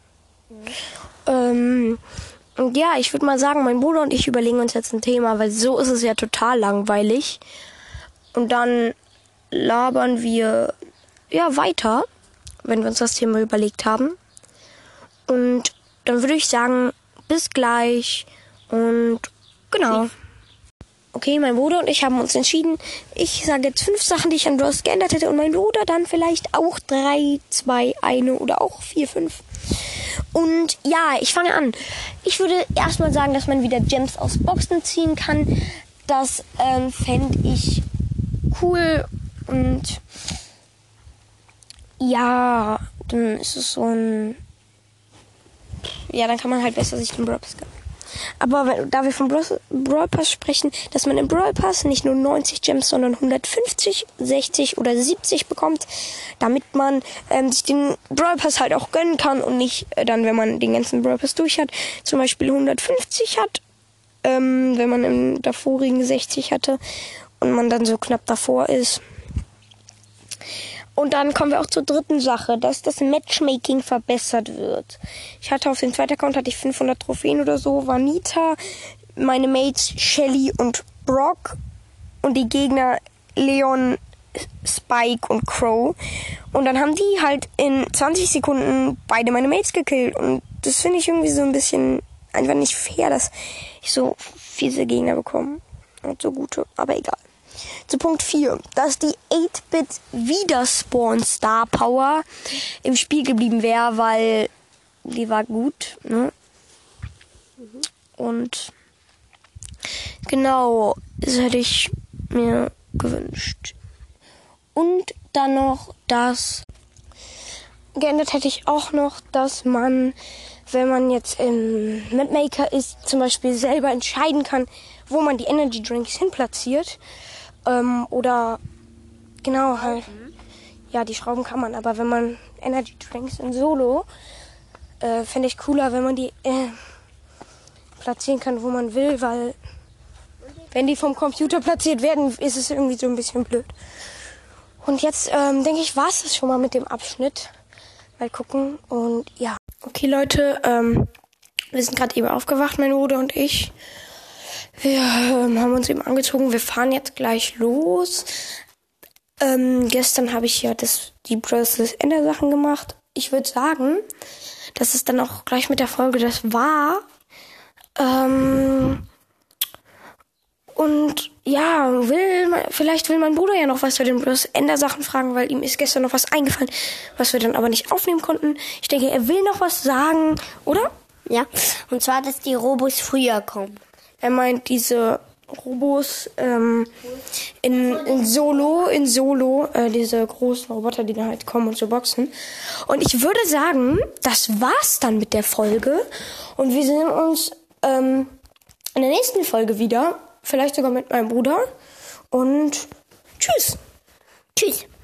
Und ja, ich würde mal sagen, mein Bruder und ich überlegen uns jetzt ein Thema, weil so ist es ja total langweilig. Und dann labern wir ja weiter, wenn wir uns das Thema überlegt haben. Und dann würde ich sagen, bis gleich und genau. Okay, mein Bruder und ich haben uns entschieden, ich sage jetzt 5 Sachen, die ich an Bros geändert hätte und mein Bruder dann vielleicht auch 3, 2, 1 oder auch 4, 5. Und ja, ich fange an. Ich würde erstmal sagen, dass man wieder Gems aus Boxen ziehen kann. Das fände ich cool und ja, dann ist es so ein... Ja, dann kann man halt besser sich den Brawl Pass gönnen. Aber da wir vom Brawl Pass sprechen, dass man im Brawl Pass nicht nur 90 Gems, sondern 150, 60 oder 70 bekommt, damit man sich den Brawl Pass halt auch gönnen kann und nicht dann, wenn man den ganzen Brawl Pass durch hat, zum Beispiel 150 hat, wenn man im davorigen 60 hatte und man dann so knapp davor ist. Und dann kommen wir auch zur dritten Sache, dass das Matchmaking verbessert wird. Ich hatte auf dem zweiten Account 500 Trophäen oder so, war Nita, meine Mates Shelly und Brock und die Gegner Leon, Spike und Crow. Und dann haben die halt in 20 Sekunden beide meine Mates gekillt. Und das finde ich irgendwie so ein bisschen einfach nicht fair, dass ich so fiese Gegner bekomme. Und so gute, aber egal. Zu Punkt 4, dass die 8-Bit Wiederspawn Star Power im Spiel geblieben wäre, weil die war gut, ne? Und genau, das hätte ich mir gewünscht. Und dann noch, dass geändert hätte ich auch noch, dass man, wenn man jetzt im Mapmaker ist, zum Beispiel selber entscheiden kann, wo man die Energy Drinks hinplatziert. Oder genau halt. Ja, die Schrauben kann man, aber wenn man Energy Drinks in Solo, fände ich cooler, wenn man die platzieren kann, wo man will, weil wenn die vom Computer platziert werden, ist es irgendwie so ein bisschen blöd. Und jetzt denke ich, war es das schon mal mit dem Abschnitt. Mal gucken und ja. Okay Leute, wir sind gerade eben aufgewacht, mein Bruder und ich. Wir haben uns eben angezogen, wir fahren jetzt gleich los. Gestern habe ich ja die Brothers Ender Sachen gemacht. Ich würde sagen, dass es dann auch gleich mit der Folge das war. Und ja, vielleicht will mein Bruder ja noch was zu den Brothers Ender Sachen fragen, weil ihm ist gestern noch was eingefallen, was wir dann aber nicht aufnehmen konnten. Ich denke, er will noch was sagen, oder? Ja, und zwar, dass die Robos früher kommen. Er meint diese Robos in Solo, diese großen Roboter, die dann halt kommen und so boxen. Und ich würde sagen, das war's dann mit der Folge. Und wir sehen uns in der nächsten Folge wieder. Vielleicht sogar mit meinem Bruder. Und tschüss. Tschüss.